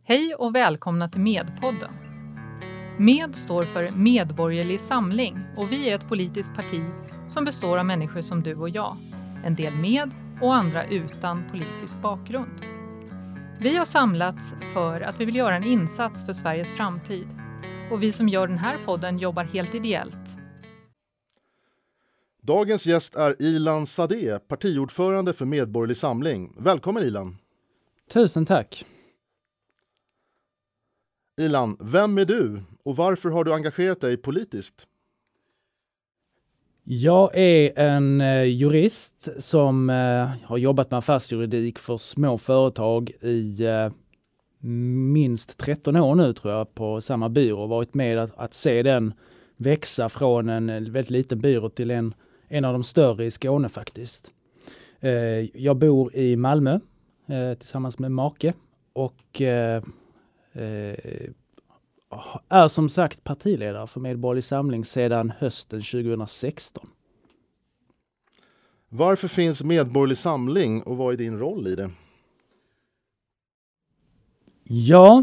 Hej och välkomna till Medpodden. Med står för Medborgerlig Samling och vi är ett politiskt parti som består av människor som du och jag. En del med och andra utan politisk bakgrund. Vi har samlats för att vi vill göra en insats för Sveriges framtid. Och vi som gör den här podden jobbar helt ideellt. Dagens gäst är Ilan Sadeh, partiordförande för Medborgerlig Samling. Välkommen Ilan. Tusen tack. Ilan, vem är du och varför har du engagerat dig politiskt? Jag är en jurist som har jobbat med affärsjuridik för små företag i minst 13 år nu tror jag på samma byrå. Varit med att se den växa från en väldigt liten byrå till en av de större i Skåne faktiskt. Jag bor i Malmö tillsammans med make och är som sagt partiledare för Medborgerlig Samling sedan hösten 2016. Varför finns Medborgerlig Samling och vad är din roll i det? Ja,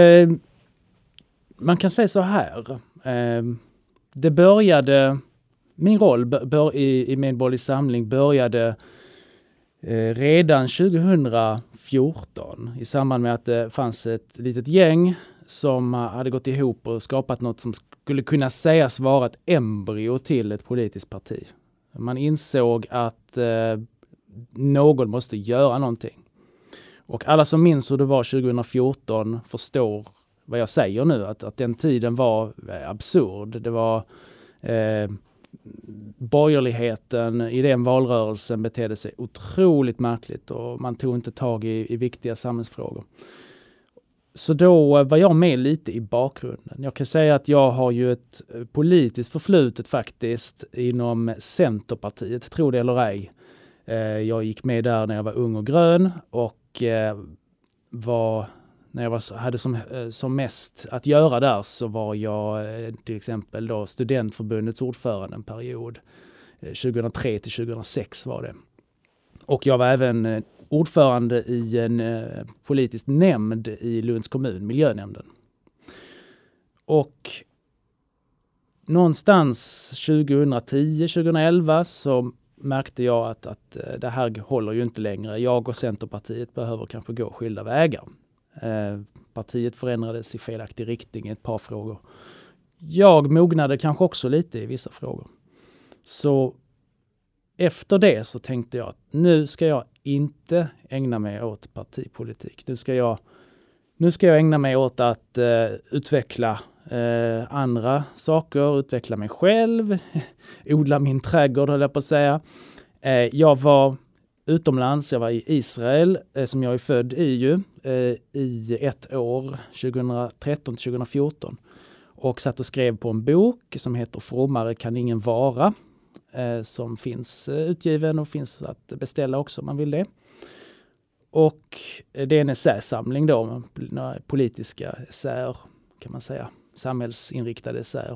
man kan säga så här. Det började, min roll i Medborgerlig Samling började redan 2014 i samband med att det fanns ett litet gäng som hade gått ihop och skapat något som skulle kunna sägas vara ett embryo till ett politiskt parti. Man insåg att någon måste göra någonting. Och alla som minns hur det var 2014 förstår vad jag säger nu, att den tiden var absurd. Det var borgerligheten i den valrörelsen betedde sig otroligt märkligt och man tog inte tag i viktiga samhällsfrågor. Så då var jag med lite i bakgrunden. Jag kan säga att jag har ju ett politiskt förflutet faktiskt inom Centerpartiet, tror det eller ej. Jag gick med där när jag var ung och grön och när jag hade som mest att göra där så var jag till exempel då studentförbundets ordförande en period. 2003 till 2006 var det. Och jag var även ordförande i en politisk nämnd i Lunds kommun, miljönämnden. Och någonstans 2010-2011 så märkte jag att det här håller ju inte längre. Jag och Centerpartiet behöver kanske gå skilda vägar. Partiet förändrades i felaktig riktning i ett par frågor. Jag mognade kanske också lite i vissa frågor. Så efter det så tänkte jag att nu ska jag inte ägna mig åt partipolitik. Nu ska jag ägna mig åt att utveckla andra saker, utveckla mig själv, odla min trädgård höll jag på att säga. Jag var utomlands, jag var i Israel som jag är född i i ett år, 2013 till 2014. Och satt och skrev på en bok som heter Frommare kan ingen vara. Som finns utgiven och finns att beställa också om man vill det. Och det är en essäsamling då, politiska essäer kan man säga, samhällsinriktade essäer.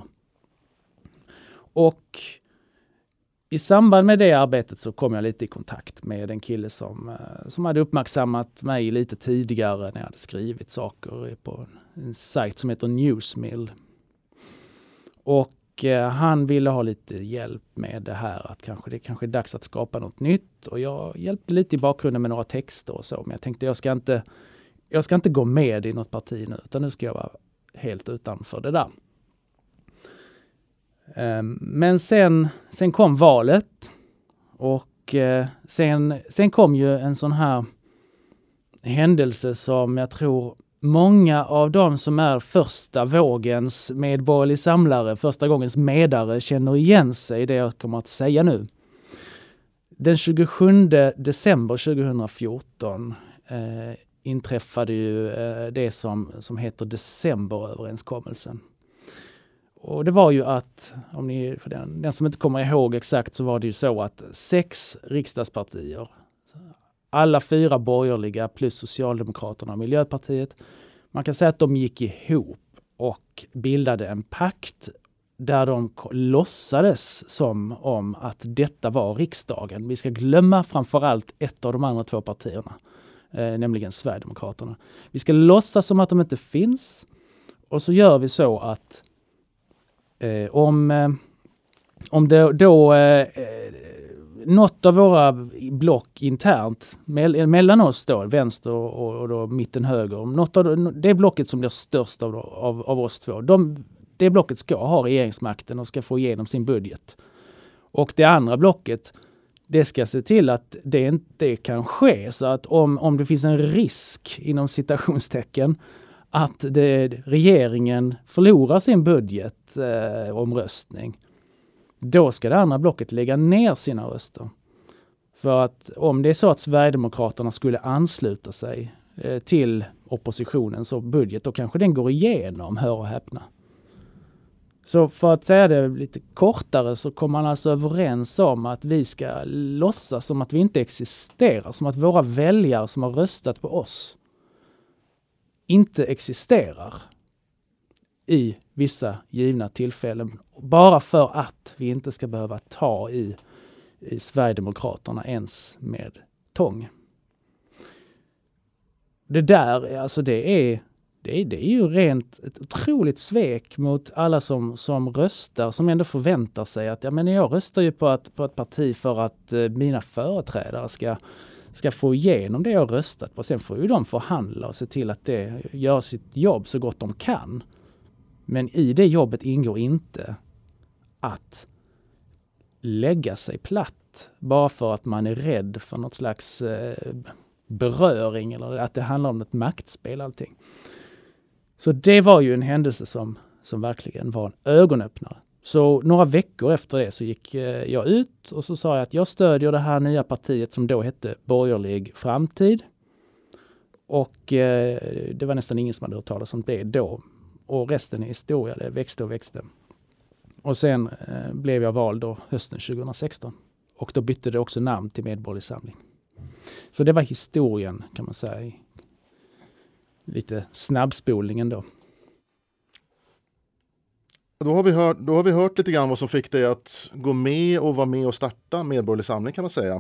Och i samband med det arbetet så kom jag lite i kontakt med en kille som hade uppmärksammat mig lite tidigare när jag hade skrivit saker på en sajt som heter Newsmill. Och han ville ha lite hjälp med det här, att det kanske är dags att skapa något nytt. Och jag hjälpte lite i bakgrunden med några texter och så. Men jag tänkte jag ska inte gå med i något parti nu, utan nu ska jag vara helt utanför det där. Men sen kom valet och sen kom ju en sån här händelse som jag tror många av de som är första vågens medborgerlig samlare, första gångens medare känner igen sig i det jag kommer att säga nu. Den 27 december 2014 inträffade ju det som heter decemberöverenskommelsen. Och det var ju att, för den som inte kommer ihåg exakt, så var det ju så att 6 riksdagspartier, alla 4 borgerliga plus Socialdemokraterna och Miljöpartiet, man kan säga att de gick ihop och bildade en pakt där de låtsades som om att detta var riksdagen. Vi ska glömma framförallt ett av de andra 2 partierna. nämligen Sverigedemokraterna. Vi ska låtsas som att de inte finns och så gör vi så att om det då något av våra block internt mellan oss då, vänster och då mitten höger, om något av det blocket som blir störst av oss två, det blocket ska ha regeringsmakten och ska få igenom sin budget. Och det andra blocket, det ska se till att det inte kan ske, så att om det finns en risk inom citationstecken att regeringen förlorar sin budgetomröstning, då ska det andra blocket lägga ner sina röster. För att om det är så att Sverigedemokraterna skulle ansluta sig till oppositionens budget, då kanske den går igenom, hör och häpna. Så för att säga det lite kortare så kommer man alltså överens om att vi ska låtsas som att vi inte existerar, som att våra väljare som har röstat på oss inte existerar i vissa givna tillfällen, bara för att vi inte ska behöva ta i Sverigedemokraterna ens med tång. Det där, alltså det är ju rent ett otroligt svek mot alla som röstar, som ändå förväntar sig att jag röstar ju på ett parti för att mina företrädare ska få igenom det jag röstat på. Sen får ju de förhandla och se till att det gör sitt jobb så gott de kan. Men i det jobbet ingår inte att lägga sig platt bara för att man är rädd för något slags beröring eller att det handlar om ett maktspel allting. Så det var ju en händelse som verkligen var en ögonöppnare. Så några veckor efter det så gick jag ut och så sa jag att jag stödjer det här nya partiet som då hette Borgerlig framtid. Och det var nästan ingen som hade hört talas om det då. Och resten är historia, det växte och växte. Och sen blev jag vald då hösten 2016. Och då bytte det också namn till Medborgerlig Samling. Så det var historien, kan man säga. Lite snabbspolningen då. Då har vi hört lite grann vad som fick dig att gå med och vara med och starta Medborgerlig Samling, kan man säga.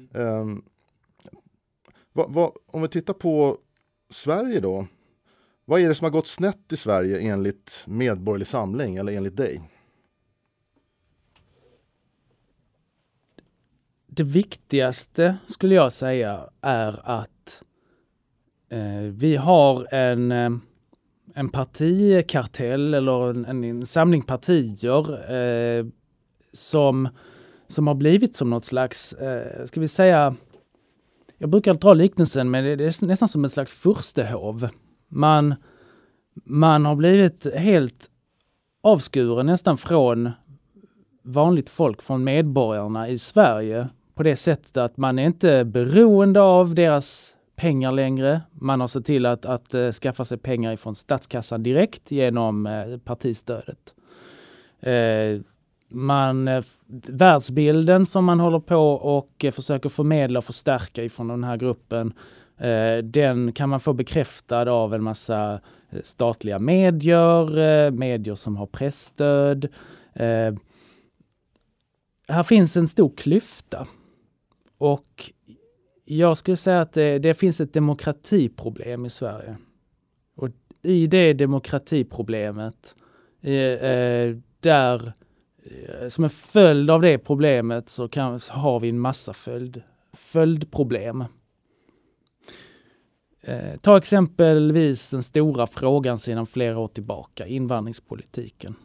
Om vi tittar på Sverige då. Vad är det som har gått snett i Sverige enligt Medborgerlig Samling eller enligt dig? Det viktigaste skulle jag säga är att vi har en partikartell eller en samling partier som har blivit som något slags, ska vi säga, jag brukar dra liknelsen, men det är nästan som ett slags furstehov. Man har blivit helt avskuren nästan från vanligt folk, från medborgarna i Sverige, på det sättet att man är inte beroende av deras pengar längre. Man har sett till att skaffa sig pengar ifrån statskassan direkt genom partistödet. Världsbilden som man håller på och försöker förmedla och förstärka ifrån den här gruppen, den kan man få bekräftad av en massa statliga medier som har pressstöd. Här finns en stor klyfta och jag skulle säga att det finns ett demokratiproblem i Sverige. Och i det demokratiproblemet, som en följd av det problemet så har vi en massa följdproblem. Ta exempelvis den stora frågan sedan flera år tillbaka, invandringspolitiken.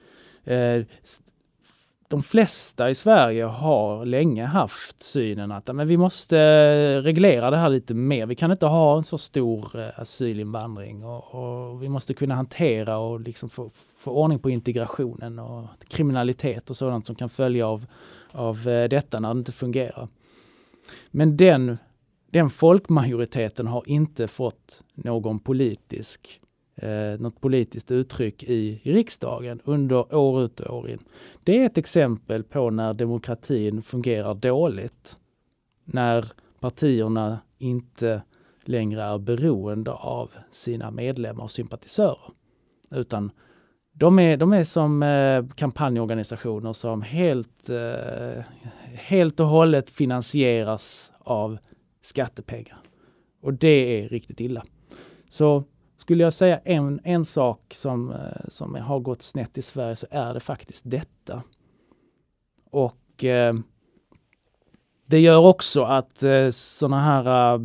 De flesta i Sverige har länge haft synen att men vi måste reglera det här lite mer. Vi kan inte ha en så stor asylinvandring och vi måste kunna hantera och liksom få ordning på integrationen och kriminalitet och sådant som kan följa av detta när det inte fungerar. Men den folkmajoriteten har inte fått något politiskt uttryck i riksdagen under år ut och år in. Det är ett exempel på när demokratin fungerar dåligt. När partierna inte längre är beroende av sina medlemmar och sympatisörer. Utan de är som kampanjorganisationer som helt och hållet finansieras av skattepengar. Och det är riktigt illa. Så skulle jag säga en sak som har gått snett i Sverige, så är det faktiskt detta. Och det gör också att sådana här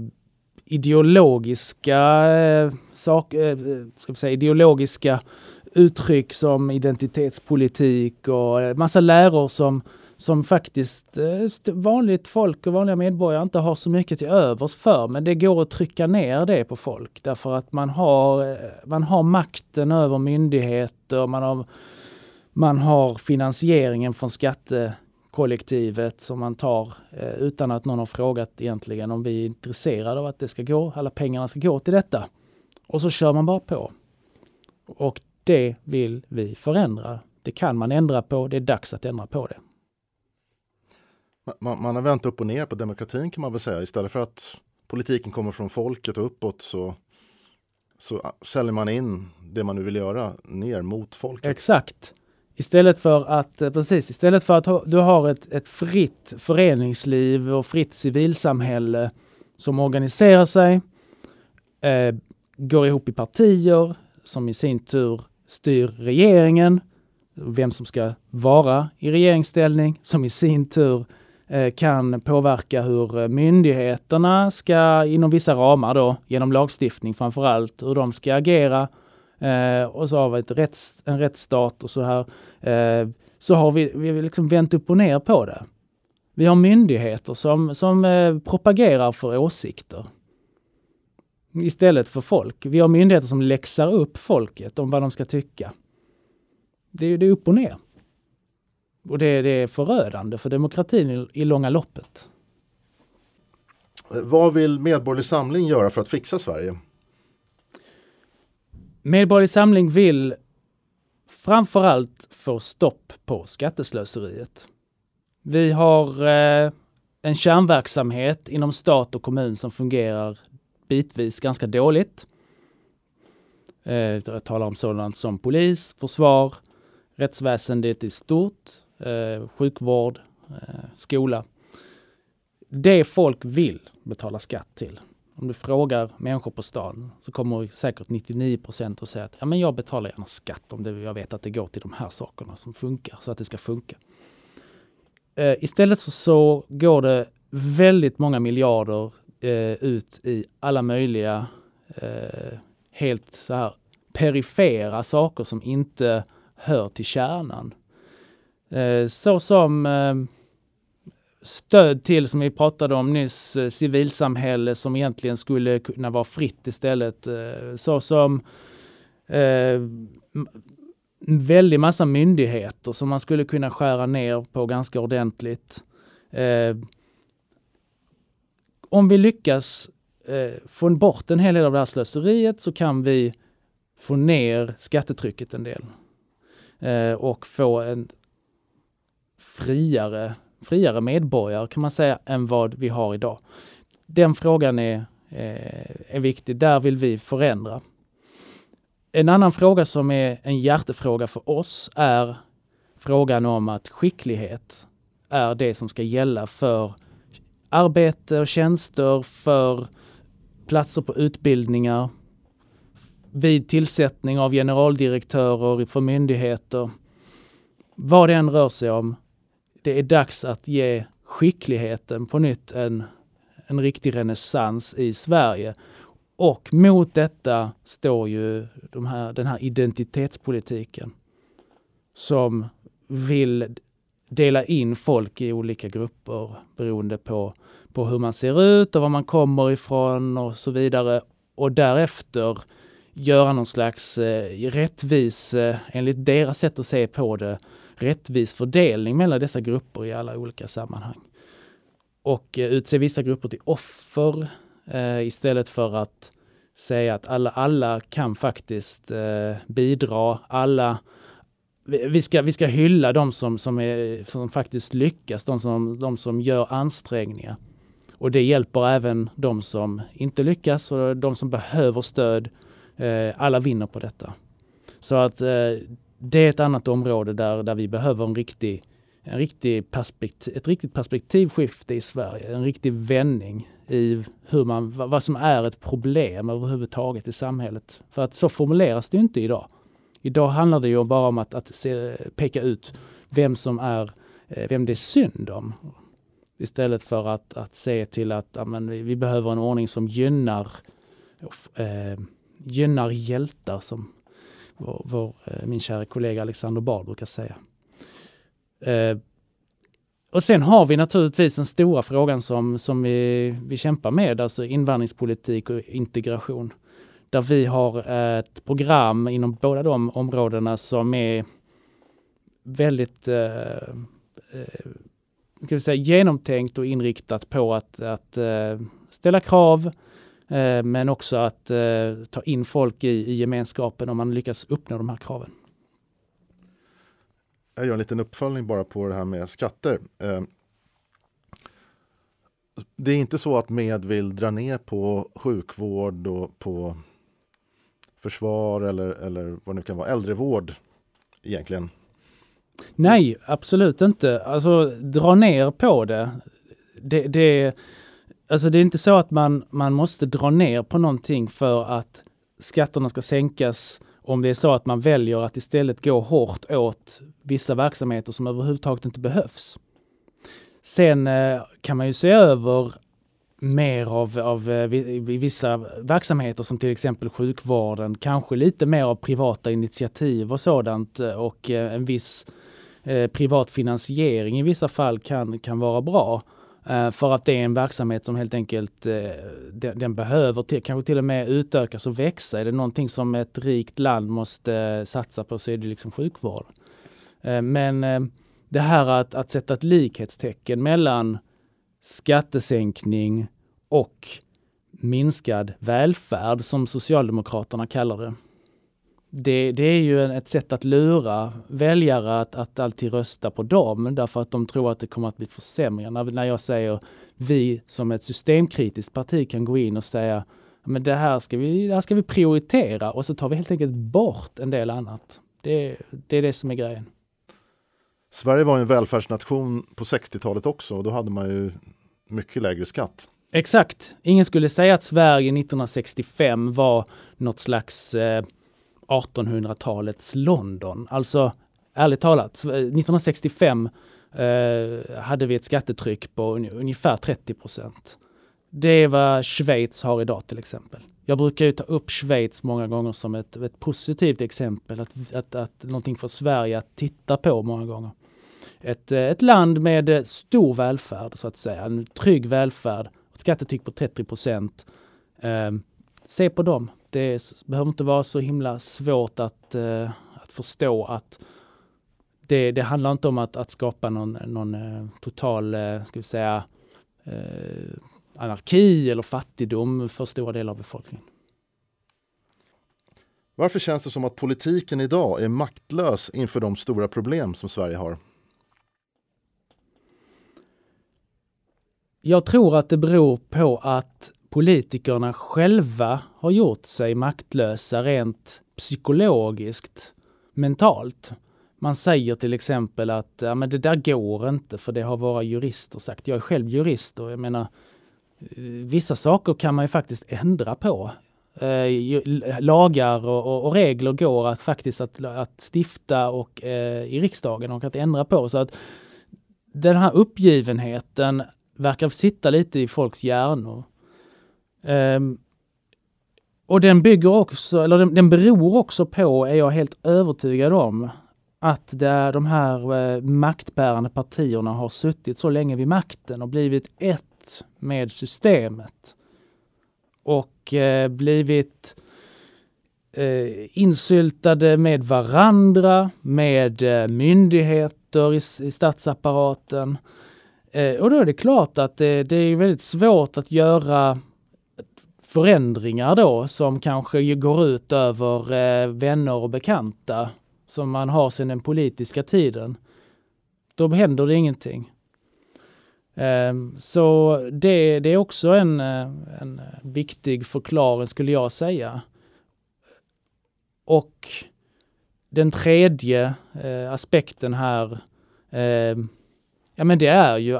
ideologiska uttryck som identitetspolitik och massa läror som faktiskt vanligt folk och vanliga medborgare inte har så mycket till övers för, men det går att trycka ner det på folk därför att man har makten över myndigheter, man har finansieringen från skattekollektivet som man tar utan att någon har frågat egentligen om vi är intresserade av att det ska gå, alla pengarna ska gå till detta. Och så kör man bara på. Och det vill vi förändra. Det kan man ändra på, det är dags att ändra på det. Man har vänt upp och ner på demokratin kan man väl säga. Istället för att politiken kommer från folket och uppåt så säljer man in det man nu vill göra ner mot folket. Exakt. Istället för att du har ett fritt föreningsliv och fritt civilsamhälle som organiserar sig, går ihop i partier som i sin tur styr regeringen, vem som ska vara i regeringsställning, som i sin tur kan påverka hur myndigheterna ska inom vissa ramar då, genom lagstiftning framförallt, hur de ska agera. Och så har vi en rättsstat och så här. Så har vi liksom vänt upp och ner på det. Vi har myndigheter som propagerar för åsikter istället för folk. Vi har myndigheter som läxar upp folket om vad de ska tycka. Det är upp och ner. Och det är förödande för demokratin i långa loppet. Vad vill Medborgerlig Samling göra för att fixa Sverige? Medborgerlig Samling vill framförallt få stopp på skatteslöseriet. Vi har en kärnverksamhet inom stat och kommun som fungerar bitvis ganska dåligt. Jag talar om sådant som polis, försvar, rättsväsendet i stort, sjukvård, skola. Det folk vill betala skatt till. Om du frågar människor på stan så kommer säkert 99% att säga att ja, men jag betalar gärna skatt om jag vet att det går till de här sakerna som funkar, så att det ska funka. Istället så går det väldigt många miljarder ut i alla möjliga helt så här perifera saker som inte hör till kärnan. Så som stöd till, som vi pratade om nyss, civilsamhälle som egentligen skulle kunna vara fritt istället. Så som väldigt massa myndigheter som man skulle kunna skära ner på ganska ordentligt. Om vi lyckas få bort en hel del av det här slöseriet så kan vi få ner skattetrycket en del. Och få en friare medborgare kan man säga än vad vi har idag. Den frågan är viktig. Där vill vi förändra. En annan fråga som är en hjärtefråga för oss är frågan om att skicklighet är det som ska gälla för arbete och tjänster, för platser på utbildningar, vid tillsättning av generaldirektörer för myndigheter. Vad det än rör sig om, det är dags att ge skickligheten på nytt en riktig renässans i Sverige. Och mot detta står ju den här identitetspolitiken som vill dela in folk i olika grupper beroende på hur man ser ut och var man kommer ifrån och så vidare. Och därefter göra någon slags rättvis, enligt deras sätt att se på det, rättvis fördelning mellan dessa grupper i alla olika sammanhang. Och utse vissa grupper till offer istället för att säga att alla kan faktiskt bidra. Vi ska hylla de som faktiskt lyckas, de som gör ansträngningar. Och det hjälper även de som inte lyckas och de som behöver stöd. Alla vinner på detta. Så att det är ett annat område där vi behöver en riktig ett riktigt perspektivskifte i Sverige, en riktig vändning i vad som är ett problem överhuvudtaget i samhället. För att så formuleras det inte idag. Idag handlar det ju bara om att peka ut vem det är synd om. Istället för att se till att vi behöver en ordning som gynnar hjältar, som min kära kollega Alexander Bard brukar säga. Och sen har vi naturligtvis den stora frågan som vi kämpar med, alltså invandringspolitik och integration. Där vi har ett program inom båda de områdena som är väldigt genomtänkt och inriktat på att ställa krav, men också att ta in folk i gemenskapen om man lyckas uppnå de här kraven. Jag gör en liten uppföljning bara på det här med skatter. Det är inte så att Med vill dra ner på sjukvård och på försvar eller vad det nu kan vara, äldrevård egentligen? Nej, absolut inte. Alltså dra ner på det. Alltså det är inte så att man måste dra ner på någonting för att skatterna ska sänkas, om det är så att man väljer att istället gå hårt åt vissa verksamheter som överhuvudtaget inte behövs. Sen kan man ju se över mer av vissa verksamheter som till exempel sjukvården, kanske lite mer av privata initiativ och sådant, och en viss privat finansiering i vissa fall kan vara bra. För att det är en verksamhet som helt enkelt den behöver kanske till och med utökas och växa. Är det någonting som ett rikt land måste satsa på, så är det liksom sjukvård. Men det här att sätta ett likhetstecken mellan skattesänkning och minskad välfärd, som Socialdemokraterna kallar det. Det är ju ett sätt att lura väljare att alltid rösta på dem, därför att de tror att det kommer att bli försämringar. När jag säger vi som ett systemkritiskt parti kan gå in och säga men det här ska vi prioritera, och så tar vi helt enkelt bort en del annat. Det är det som är grejen. Sverige var en välfärdsnation på 60-talet också, och då hade man ju mycket lägre skatt. Exakt. Ingen skulle säga att Sverige 1965 var något slags 1800-talets London. Alltså, ärligt talat, 1965 hade vi ett skattetryck på ungefär 30%. Det är vad Schweiz har idag till exempel. Jag brukar ju ta upp Schweiz många gånger som ett positivt exempel, att någonting för Sverige att titta på många gånger. Ett land med stor välfärd, så att säga, en trygg välfärd, ett skattetryck på 30%. Se på dem. Det behöver inte vara så himla svårt att förstå att det handlar inte om att skapa någon total, ska vi säga, anarki eller fattigdom för stora delar av befolkningen. Varför känns det som att politiken idag är maktlös inför de stora problem som Sverige har? Jag tror att det beror på att politikerna själva har gjort sig maktlösa rent psykologiskt, mentalt. Man säger till exempel att men det där går inte, för det har våra jurister sagt. Jag är själv jurist, och jag menar, vissa saker kan man ju faktiskt ändra på. Lagar och regler går att faktiskt att stifta och i riksdagen, och att ändra på. Så att den här uppgivenheten verkar sitta lite i folks hjärnor. Och den beror också på, är jag helt övertygad om, att de här maktbärande partierna har suttit så länge vid makten och blivit ett med systemet. Och blivit insyltade med varandra, med myndigheter i statsapparaten. Och då är det klart att det är väldigt svårt att göra förändringar då som kanske går ut över vänner och bekanta som man har sedan den politiska tiden. Då händer det ingenting. Så det är också en viktig förklaring, skulle jag säga. Och den tredje aspekten här Ja, men det är ju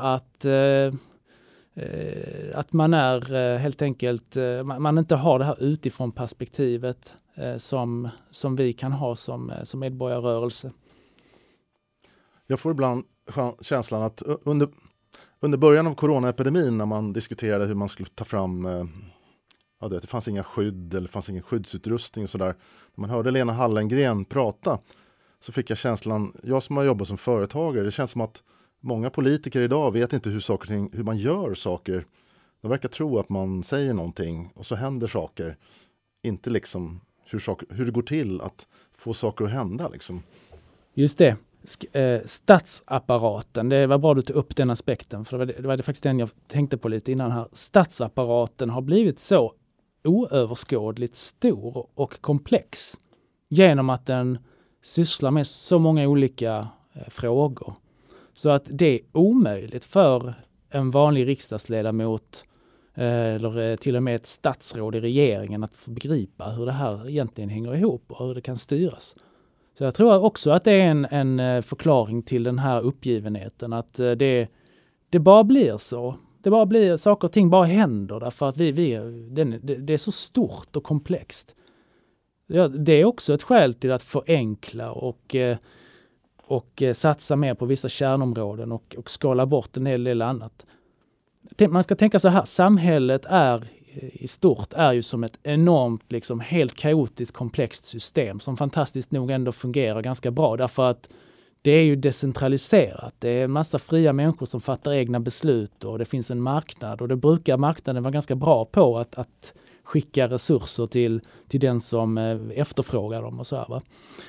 att man är helt enkelt, man inte har det här utifrån perspektivet som vi kan ha som medborgarrörelse. Jag får ibland känslan att under början av coronaepidemin, när man diskuterade hur man skulle ta fram, det fanns inga skydd eller fanns ingen skyddsutrustning och sådär. När man hörde Lena Hallengren prata så fick jag känslan, jag som har jobbat som företagare, det känns som att många politiker idag vet inte hur man gör saker. De verkar tro att man säger någonting och så händer saker. Inte liksom hur det går till att få saker att hända. Liksom. Just det. Statsapparaten, det var bra du tog upp den aspekten. För det var faktiskt den jag tänkte på lite innan här. Statsapparaten har blivit så oöverskådligt stor och komplex genom att den sysslar med så många olika frågor. Så att det är omöjligt för en vanlig riksdagsledamot eller till och med ett statsråd i regeringen att begripa hur det här egentligen hänger ihop och hur det kan styras. Så jag tror också att det är en förklaring till den här uppgivenheten, att det bara blir så. Det bara blir, saker och ting bara händer därför att det är så stort och komplext. Ja, det är också ett skäl till att förenkla och satsa mer på vissa kärnområden och skala bort en hel del annat. Man ska tänka så här, samhället i stort är ju som ett enormt, liksom helt kaotiskt komplext system som fantastiskt nog ändå fungerar ganska bra därför att det är ju decentraliserat. Det är en massa fria människor som fattar egna beslut och det finns en marknad och det brukar marknaden vara ganska bra på att skicka resurser till den som efterfrågar dem och så här, va.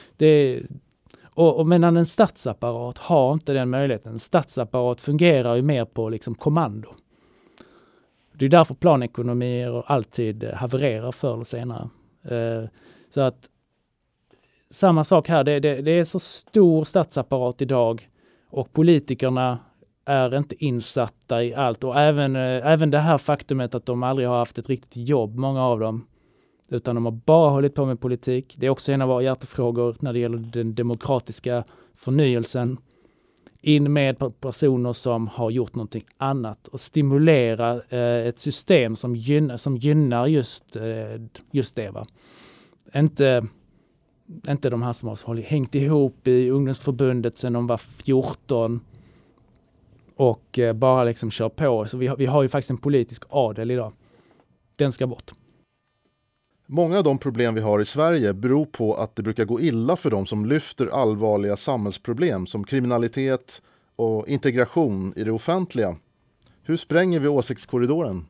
Men en statsapparat har inte den möjligheten. En statsapparat fungerar ju mer på liksom kommando. Det är därför planekonomier alltid havererar förr eller senare. Så att samma sak här, det är så stor statsapparat idag och politikerna är inte insatta i allt. Och även det här faktumet att de aldrig har haft ett riktigt jobb, många av dem, utan de har bara hållit på med politik. Det är också en av våra hjärtefrågor när det gäller den demokratiska förnyelsen. In med personer som har gjort någonting annat och stimulera ett system som gynnar just det. Va? Inte de här som har hängt ihop i ungdomsförbundet sedan de var 14 och bara liksom kör på. Så vi har ju faktiskt en politisk adel idag. Den ska bort. Många av de problem vi har i Sverige beror på att det brukar gå illa för de som lyfter allvarliga samhällsproblem som kriminalitet och integration i det offentliga. Hur spränger vi åsiktskorridoren?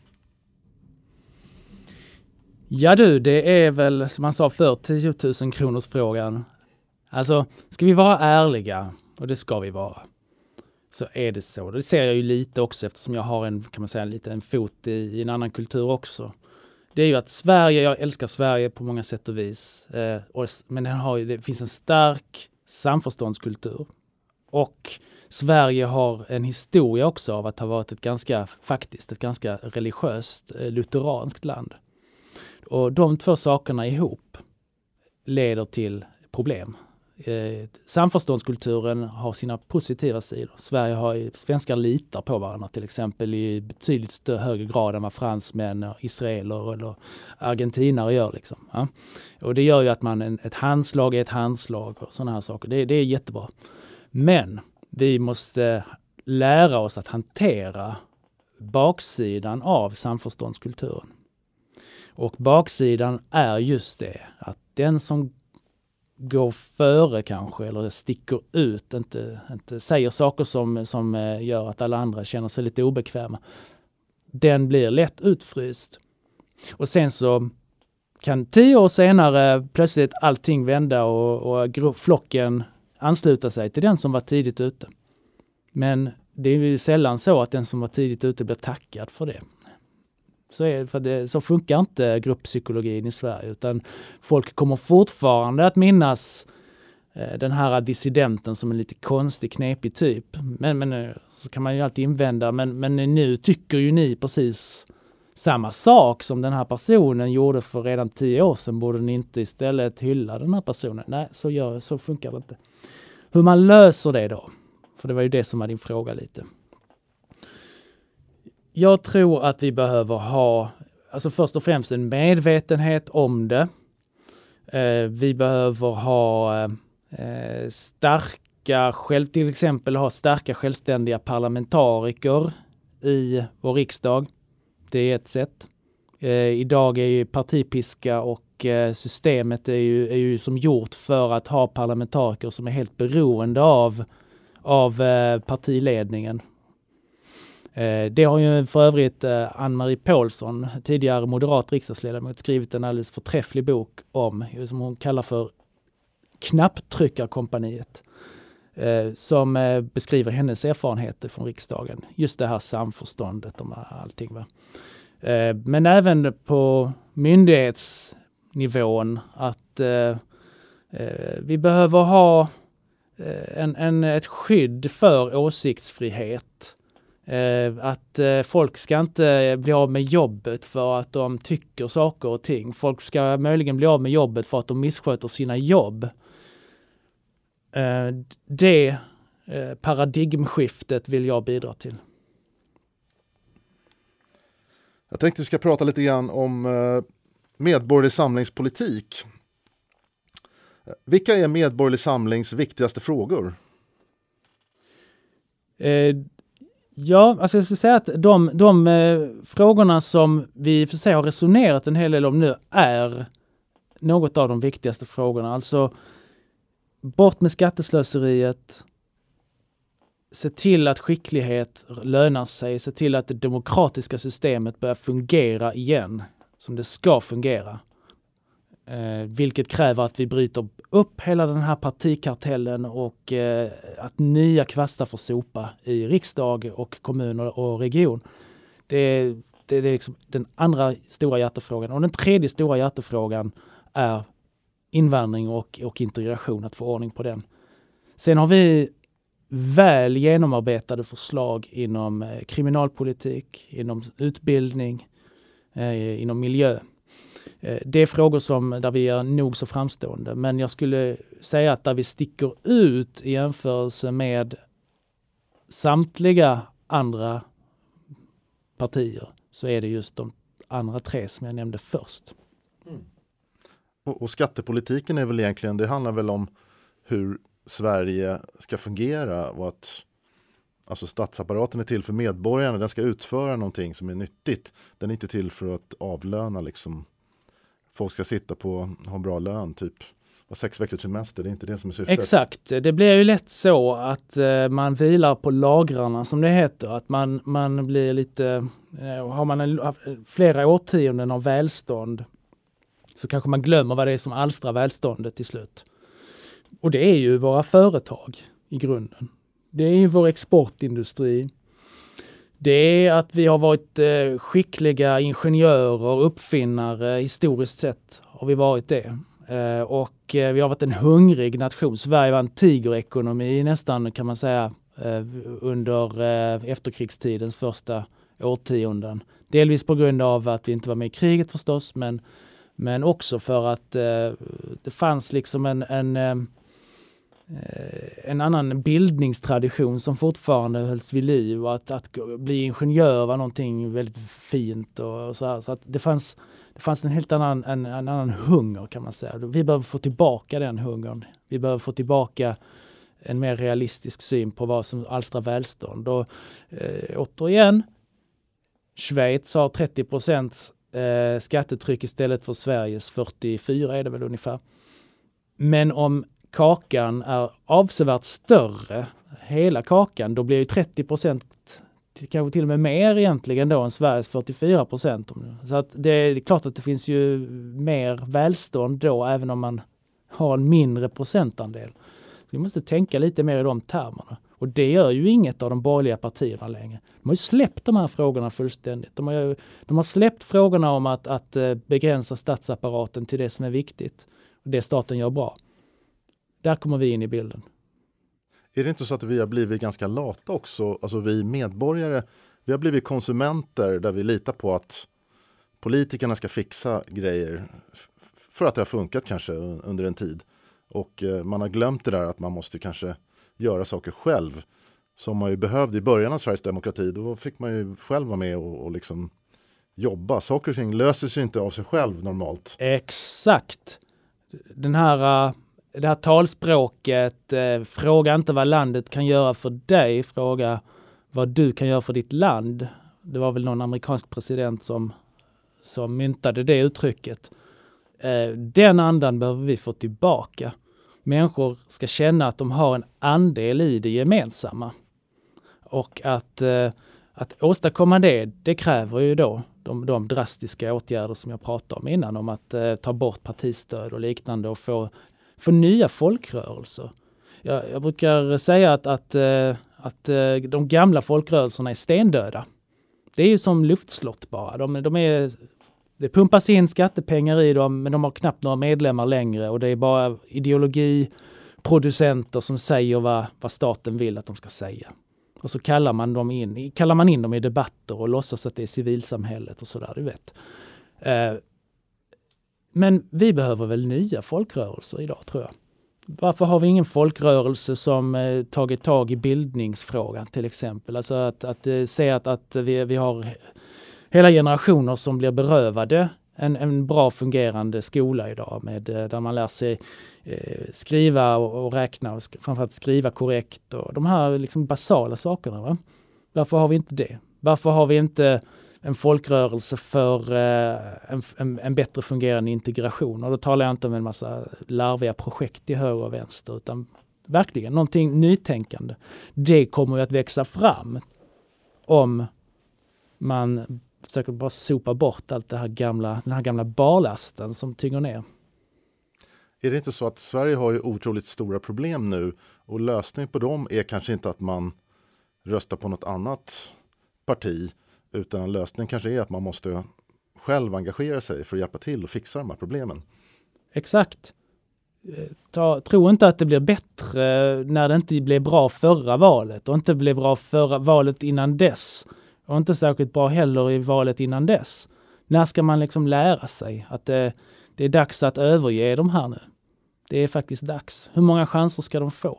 Ja du, det är väl som man sa för 10 000 kronors frågan. Alltså, ska vi vara ärliga, och det ska vi vara, så är det så. Det ser jag ju lite också eftersom jag har en fot i en annan kultur också. Det är ju att jag älskar Sverige på många sätt och vis. Men det finns en stark samförståndskultur. Och Sverige har en historia också av att ha varit ett ganska religiöst lutheranskt land. Och de två sakerna ihop leder till problem. Samförståndskulturen har sina positiva sidor. Svenskar litar på varandra till exempel i betydligt högre grad än vad fransmän, israeler eller argentinare gör. Liksom. Ja. Och det gör ju att ett handslag är ett handslag och sådana här saker. Det är jättebra. Men vi måste lära oss att hantera baksidan av samförståndskulturen. Och baksidan är just det, att den som går före kanske eller sticker ut, inte säger saker som gör att alla andra känner sig lite obekväma. Den blir lätt utfryst. Och sen så kan 10 år senare plötsligt allting vända och flocken ansluta sig till den som var tidigt ute. Men det är ju sällan så att den som var tidigt ute blir tackad för det. Så funkar inte grupppsykologin i Sverige, utan folk kommer fortfarande att minnas den här dissidenten som en lite konstig, knepig typ. Men så kan man ju alltid invända, men nu tycker ju ni precis samma sak som den här personen gjorde för redan 10 år sedan. Borde ni inte istället hylla den här personen? Nej, så funkar det inte. Hur man löser det då? För det var ju det som var din fråga lite. Jag tror att vi behöver ha, alltså först och främst en medvetenhet om det. Vi behöver ha till exempel ha starka självständiga parlamentariker i vår riksdag. Det är ett sätt. Idag är ju partipiska och systemet är ju som gjort för att ha parlamentariker som är helt beroende av partiledningen. Det har ju för övrigt Ann-Marie Pålsson, tidigare moderat riksdagsledamot, skrivit en alldeles förträfflig bok om, som hon kallar för Knapptryckarkompaniet, som beskriver hennes erfarenheter från riksdagen. Just det här samförståndet om allting. Va? Men även på myndighetsnivån att vi behöver ha ett skydd för åsiktsfrihet. Att folk ska inte bli av med jobbet för att de tycker saker och ting. Folk ska möjligen bli av med jobbet för att de missköter sina jobb. Det paradigmskiftet vill jag bidra till. Jag tänkte vi ska prata lite grann om medborgerlig samlingspolitik. Vilka är medborgerlig samlings viktigaste frågor? Ja, alltså jag skulle säga att de frågorna som vi för sig har resonerat en hel del om nu är något av de viktigaste frågorna. Alltså bort med skatteslöseriet, se till att skicklighet lönar sig, se till att det demokratiska systemet börjar fungera igen som det ska fungera. Vilket kräver att vi bryter upp hela den här partikartellen och att nya kvastar får sopa i riksdag och kommuner och region. Det är liksom den andra stora hjärtefrågan. Och den tredje stora hjärtefrågan är invandring och integration, att få ordning på den. Sen har vi väl genomarbetade förslag inom kriminalpolitik, inom utbildning, inom miljö. Det är frågor där vi är nog så framstående. Men jag skulle säga att där vi sticker ut i jämförelse med samtliga andra partier så är det just de andra tre som jag nämnde först. Mm. Och skattepolitiken är väl egentligen, det handlar väl om hur Sverige ska fungera och att alltså statsapparaten är till för medborgarna, den ska utföra någonting som är nyttigt. Den är inte till för att avlöna liksom. Folk ska sitta på ha en bra lön typ. Och 6 veckors semester, det är inte det som är syftet. Exakt, det blir ju lätt så att man vilar på lagrarna som det heter. Att man blir lite, har man flera årtionden av välstånd så kanske man glömmer vad det är som alstrar välståndet till slut. Och det är ju våra företag i grunden. Det är ju vår exportindustri. Det är att vi har varit skickliga ingenjörer, uppfinnare, historiskt sett har vi varit det. Och vi har varit en hungrig nation. Sverige var en tigerekonomi nästan kan man säga under efterkrigstidens första årtionden. Delvis på grund av att vi inte var med i kriget förstås, men också för att det fanns liksom en annan bildningstradition som fortfarande hölls vid liv och att bli ingenjör var någonting väldigt fint och så här. Så att det fanns en helt annan hunger kan man säga. Vi behöver få tillbaka den hungern. Vi behöver få tillbaka en mer realistisk syn på vad som alstrar välstånd. Och återigen, Schweiz har 30% skattetryck istället för Sveriges 44 är det väl ungefär. Men om kakan är avsevärt större, hela kakan, då blir ju 30% kanske till och med mer egentligen då än Sveriges 44%. Så att det är klart att det finns ju mer välstånd då även om man har en mindre procentandel. Så vi måste tänka lite mer i de termerna. Och det gör ju inget av de borgerliga partierna längre. De har ju släppt de här frågorna fullständigt. De har släppt frågorna om att begränsa statsapparaten till det som är viktigt. Och det staten gör bra. Där kommer vi in i bilden. Är det inte så att vi har blivit ganska lata också? Alltså vi medborgare, vi har blivit konsumenter där vi litar på att politikerna ska fixa grejer för att det har funkat kanske under en tid. Och man har glömt det där att man måste kanske göra saker själv. som man ju behövde i början av Sveriges demokrati. Då fick man ju själv vara med och liksom jobba. Saker och ting löser sig inte av sig själv normalt. Exakt. Det här talspråket, fråga inte vad landet kan göra för dig, fråga vad du kan göra för ditt land. Det var väl någon amerikansk president som myntade det uttrycket. Den andan behöver vi få tillbaka. Människor ska känna att de har en andel i det gemensamma. Och att åstadkomma det kräver ju då de drastiska åtgärder som jag pratade om innan, om att ta bort partistöd och liknande och få nya folkrörelser. Jag brukar säga att de gamla folkrörelserna är stendöda. Det är ju som luftslott bara. Det pumpas in skattepengar i dem, men de har knappt några medlemmar längre och det är bara ideologiproducenter som säger vad staten vill att de ska säga. Och så kallar man in dem i debatter och låtsas att det är civilsamhället och sådär, du vet. Men vi behöver väl nya folkrörelser idag, tror jag. Varför har vi ingen folkrörelse som tagit tag i bildningsfrågan till exempel? Alltså att se att vi har hela generationer som blir berövade en bra fungerande skola idag där man lär sig skriva och räkna och framförallt skriva korrekt och de här liksom basala sakerna. Va? Varför har vi inte det? Varför har vi inte en folkrörelse för en bättre fungerande integration? Och då talar jag inte om en massa larviga projekt i höger och vänster utan verkligen någonting nytänkande. Det kommer ju att växa fram om man försöker bara sopa bort allt den här gamla barlasten som tynger ner. Är det inte så att Sverige har ju otroligt stora problem nu och lösningen på dem är kanske inte att man röstar på något annat parti utan lösningen kanske är att man måste själv engagera sig för att hjälpa till och fixa de här problemen? Exakt. Tro inte att det blir bättre när det inte blev bra förra valet och inte blev bra förra valet innan dess. Och inte särskilt bra heller i valet innan dess. När ska man liksom lära sig att det är dags att överge de här nu? Det är faktiskt dags. Hur många chanser ska de få?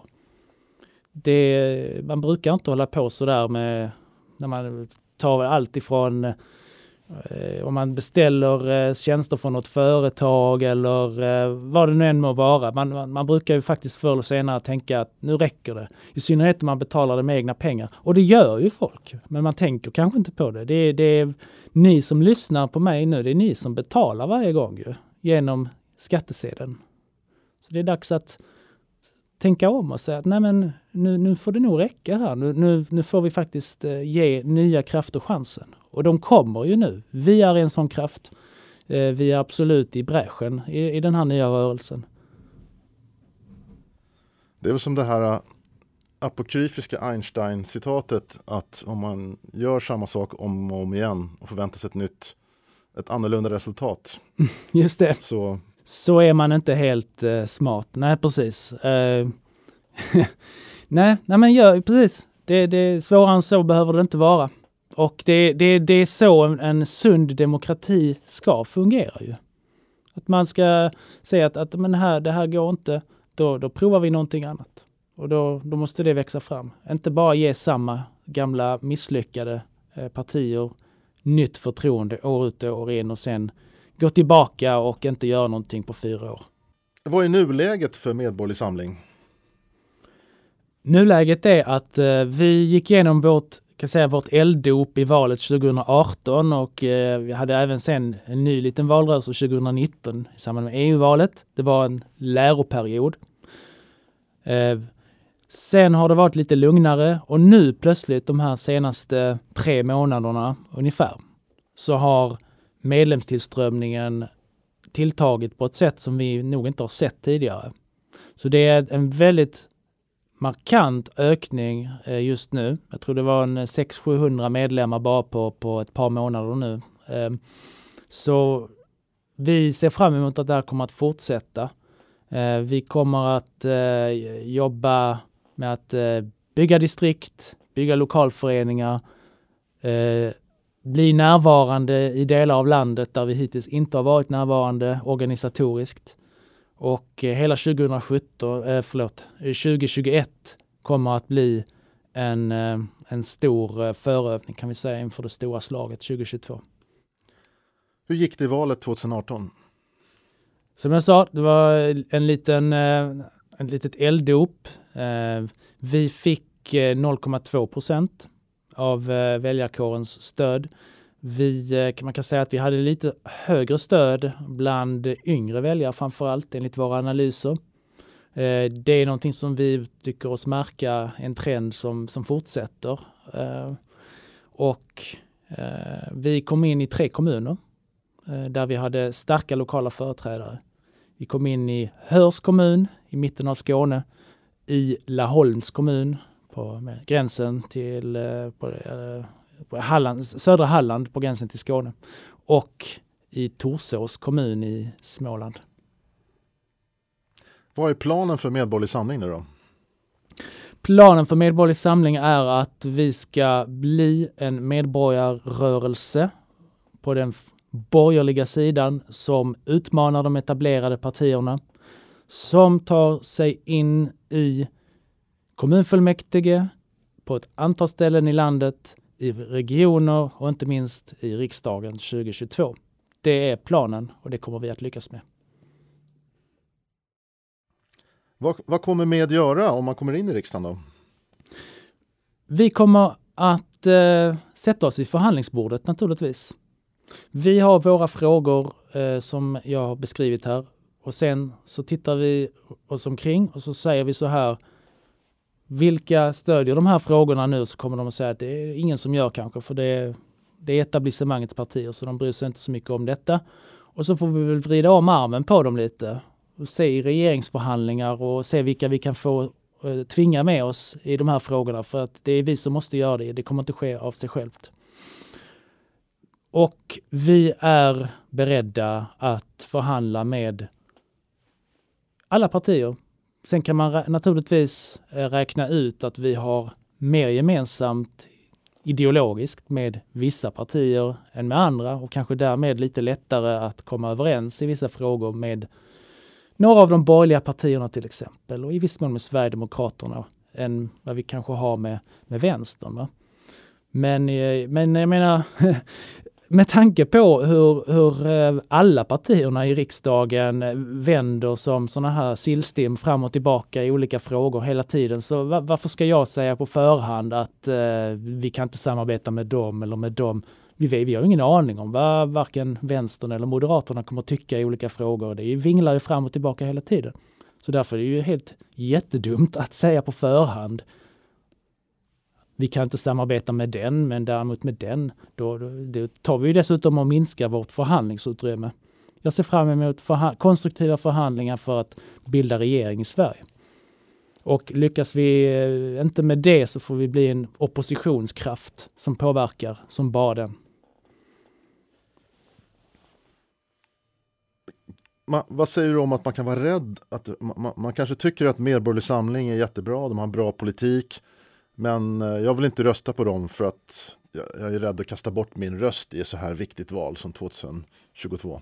Man brukar inte hålla på så där med när man tar allt ifrån om man beställer tjänster från något företag eller vad det nu än må vara. Man brukar ju faktiskt förr eller senare tänka att nu räcker det. I synnerhet om man betalar det med egna pengar. Och det gör ju folk. Men man tänker kanske inte på det. Det är ni som lyssnar på mig nu. Det är ni som betalar varje gång ju, genom skattesedeln. Så det är dags att tänka om och säga att nej men nu får det nog räcka här. Nu får vi faktiskt ge nya krafter chansen. Och de kommer ju nu. Vi är en sån kraft. Vi är absolut i bräschen i den här nya rörelsen. Det är väl som det här apokryfiska Einstein-citatet att om man gör samma sak om och om igen och förväntar sig ett annorlunda resultat. Just det. Så är man inte helt smart. Nej, precis. nej men precis. Det är svårare än så behöver det inte vara. Och det är så en sund demokrati ska fungera ju. Att man ska säga att men det här går inte, då provar vi någonting annat. Och då måste det växa fram. Inte bara ge samma gamla misslyckade partier nytt förtroende år ut och år in och sen gå tillbaka och inte göra någonting på 4 år. Vad är nuläget för Medborgerlig Samling? Nuläget är att vi gick igenom vårt elddop i valet 2018 och vi hade även sen en ny liten valrörelse 2019 i samband med EU-valet. Det var en läroperiod. Sen har det varit lite lugnare och nu plötsligt de här senaste 3 månaderna ungefär så har medlemstillströmningen tilltagit på ett sätt som vi nog inte har sett tidigare. Så det är en väldigt markant ökning just nu. Jag tror det var en 600-700 medlemmar bara på ett par månader nu. Så vi ser fram emot att det här kommer att fortsätta. Vi kommer att jobba med att bygga distrikt, bygga lokalföreningar, bli närvarande i delar av landet där vi hittills inte har varit närvarande organisatoriskt. Och hela 2021 kommer att bli en stor förövning kan vi säga inför det stora slaget 2022. Hur gick det i valet 2018? Som jag sa, det var en litet elddop. Vi fick 0,2% av väljarkårens stöd. Man kan säga att vi hade lite högre stöd bland yngre väljare framförallt enligt våra analyser. Det är någonting som vi tycker oss märka en trend som fortsätter. Vi kom in i 3 kommuner där vi hade starka lokala företrädare. Vi kom in i Höörs kommun i mitten av Skåne, i Laholms kommun på gränsen till södra Halland på gränsen till Skåne och i Torsås kommun i Småland. Vad är planen för Medborgerlig Samling nu då? Planen för Medborgerlig Samling är att vi ska bli en medborgarrörelse på den borgerliga sidan som utmanar de etablerade partierna, som tar sig in i kommunfullmäktige på ett antal ställen i landet, i regioner och inte minst i riksdagen 2022. Det är planen och det kommer vi att lyckas med. Vad kommer med göra om man kommer in i riksdagen då? Vi kommer att sätta oss vid förhandlingsbordet naturligtvis. Vi har våra frågor som jag har beskrivit här och sen så tittar vi oss omkring och så säger vi så här: vilka stödjer de här frågorna nu? Så kommer de att säga att det är ingen som gör kanske, för det är etablissemangets partier så de bryr sig inte så mycket om detta. Och så får vi väl vrida om armen på dem lite och se i regeringsförhandlingar och se vilka vi kan få tvinga med oss i de här frågorna, för att det är vi som måste göra det. Det kommer inte ske av sig självt. Och vi är beredda att förhandla med alla partier. Sen kan man naturligtvis räkna ut att vi har mer gemensamt ideologiskt med vissa partier än med andra och kanske därmed lite lättare att komma överens i vissa frågor med några av de borgerliga partierna till exempel och i viss mån med Sverigedemokraterna än vad vi kanske har med vänstern. Va? Men jag menar, med tanke på hur alla partierna i riksdagen vänder som såna här sillstim fram och tillbaka i olika frågor hela tiden, så varför ska jag säga på förhand att vi kan inte samarbeta med dem eller med dem? Vi har ingen aning om vad varken vänstern eller moderaterna kommer att tycka i olika frågor. Det vinglar ju fram och tillbaka hela tiden. Så därför är det ju helt jättedumt att säga på förhand: vi kan inte samarbeta med den, men däremot med den. Då tar vi ju dessutom och minskar vårt förhandlingsutrymme. Jag ser fram emot konstruktiva förhandlingar för att bilda regering i Sverige. Och lyckas vi inte med det så får vi bli en oppositionskraft som påverkar som bara den. Vad säger du om att man kan vara rädd? Att man kanske tycker att Medborgerlig Samling är jättebra, de har en bra politik. Men jag vill inte rösta på dem för att jag är rädd att kasta bort min röst i ett så här viktigt val som 2022.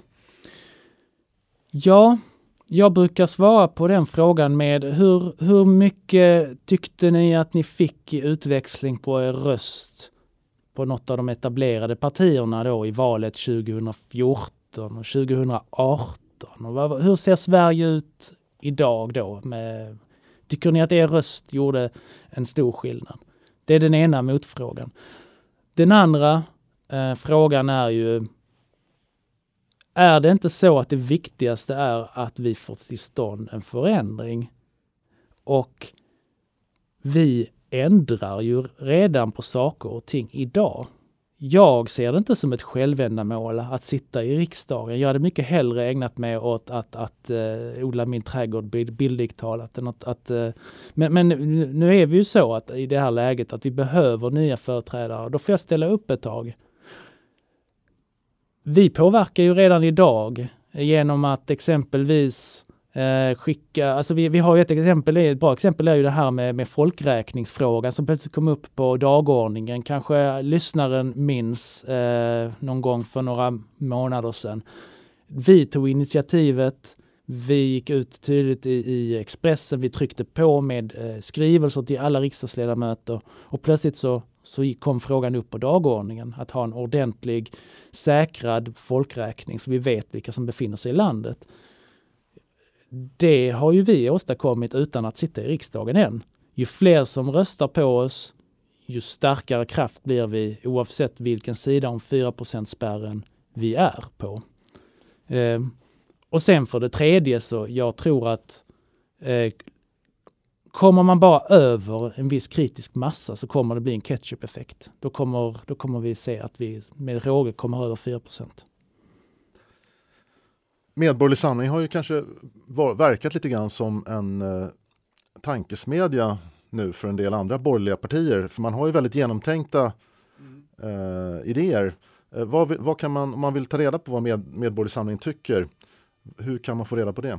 Ja, jag brukar svara på den frågan med hur mycket tyckte ni att ni fick i utväxling på er röst på något av de etablerade partierna då i valet 2014 och 2018? Och hur ser Sverige ut idag då? Tycker ni att er röst gjorde en stor skillnad? Det är den ena motfrågan. Den andra frågan är ju: är det inte så att det viktigaste är att vi får till stånd en förändring? Och vi ändrar ju redan på saker och ting idag. Jag ser det inte som ett självändamål att sitta i riksdagen. Jag hade mycket hellre ägnat mig åt att odla min trädgård bildligt talat. Men nu är vi ju så att i det här läget att vi behöver nya företrädare. Då får jag ställa upp ett tag. Vi påverkar ju redan idag genom att exempelvis skicka, alltså vi har ju ett bra exempel är ju det här med folkräkningsfrågan som plötsligt kom upp på dagordningen. Kanske lyssnaren minns någon gång för några månader sedan. Vi tog initiativet, Vi gick ut tydligt i Expressen, vi tryckte på med skrivelser till alla riksdagsledamöter och plötsligt så kom frågan upp på dagordningen att ha en ordentlig säkrad folkräkning så vi vet vilka som befinner sig i landet. Det har ju vi åstadkommit utan att sitta i riksdagen än. Ju fler som röstar på oss, ju starkare kraft blir vi oavsett vilken sida om 4%-spärren vi är på. Och sen för det tredje så jag tror att kommer man bara över en viss kritisk massa så kommer det bli en ketchup-effekt. Då kommer vi se att vi med råge kommer över 4%. Medborgerlig Samling har ju kanske verkat lite grann som en tankesmedja nu för en del andra borgerliga partier. För man har ju väldigt genomtänkta idéer. Vad kan man, om man vill ta reda på vad Medborgerlig Samling tycker, hur kan man få reda på det?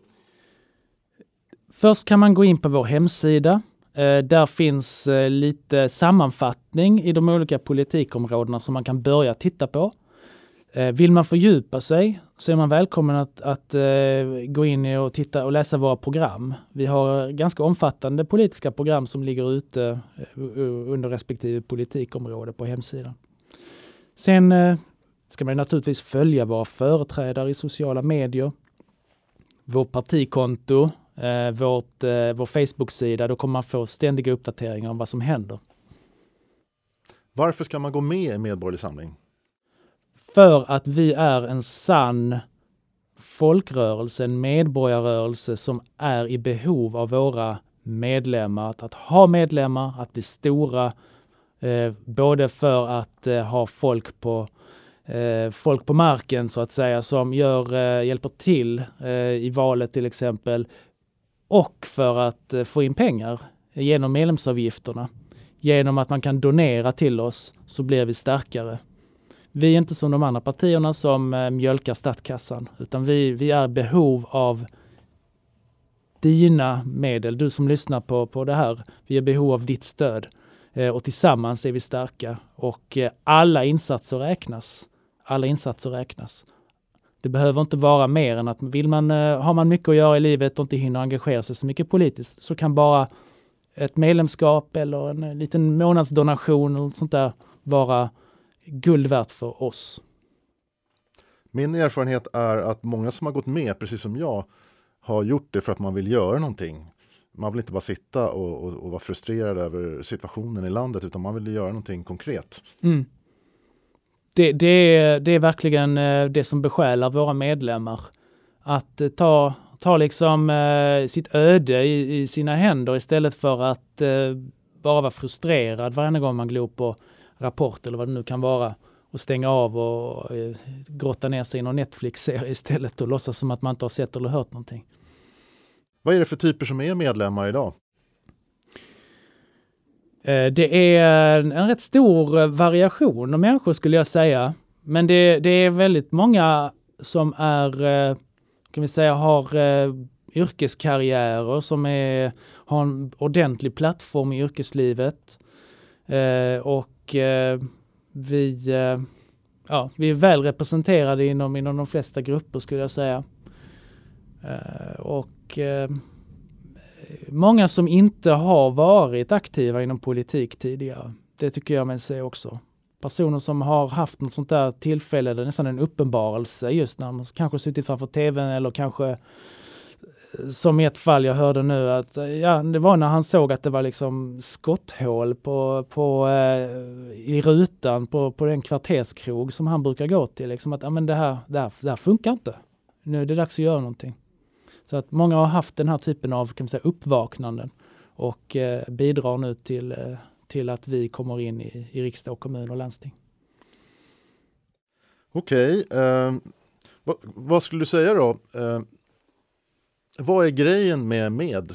Först kan man gå in på vår hemsida. Där finns lite sammanfattning i de olika politikområdena som man kan börja titta på. Vill man fördjupa sig så är man välkommen att gå in och titta och läsa våra program. Vi har ganska omfattande politiska program som ligger ute under respektive politikområde på hemsidan. Sen ska man naturligtvis följa våra företrädare i sociala medier. Vårt partikonto, vår Facebook-sida, då kommer man få ständiga uppdateringar om vad som händer. Varför ska man gå med i Medborgerlig Samling? För att vi är en sann folkrörelse, en medborgarrörelse som är i behov av våra medlemmar. Att ha medlemmar, att bli stora, både för att ha folk på marken så att säga som hjälper till i valet till exempel, och för att få in pengar genom medlemsavgifterna. Genom att man kan donera till oss så blir vi starkare. Vi är inte som de andra partierna som mjölkar statskassan, utan vi är i behov av dina medel. Du som lyssnar på det här, vi är i behov av ditt stöd. Och tillsammans är vi starka. Och alla insatser räknas. Alla insatser räknas. Det behöver inte vara mer än att har man mycket att göra i livet och inte hinner engagera sig så mycket politiskt, så kan bara ett medlemskap eller en liten månadsdonation eller sånt där vara guld värt för oss. Min erfarenhet är att många som har gått med, precis som jag, har gjort det för att man vill göra någonting. Man vill inte bara sitta och vara frustrerad över situationen i landet, utan man vill göra någonting konkret. Mm. Det är verkligen det som besjälar våra medlemmar. Att ta liksom sitt öde i sina händer istället för att bara vara frustrerad varje gång man glor på Rapport eller vad det nu kan vara och stänga av och grotta ner sig i någon Netflix-serie istället och låtsas som att man inte har sett eller hört någonting. Vad är det för typer som är medlemmar idag? Det är en rätt stor variation av människor skulle jag säga. Men det är väldigt många som har yrkeskarriärer, som har en ordentlig plattform i yrkeslivet. Vi är väl representerade inom de flesta grupper skulle jag säga. Många som inte har varit aktiva inom politik tidigare. Det tycker jag man ser också. Personer som har haft något sånt där tillfälle, eller nästan en uppenbarelse just när man kanske suttit framför tvn, eller kanske som i ett fall jag hörde nu att det var när han såg att det var liksom skotthål i rutan på den kvarterskrog som han brukar gå till. Liksom att det här funkar inte. Nu är det dags att göra någonting. Så att många har haft den här typen av uppvaknanden och bidrar nu till att vi kommer in i riksdag och kommun och landsting. Okej. Vad skulle du säga då? Vad är grejen med?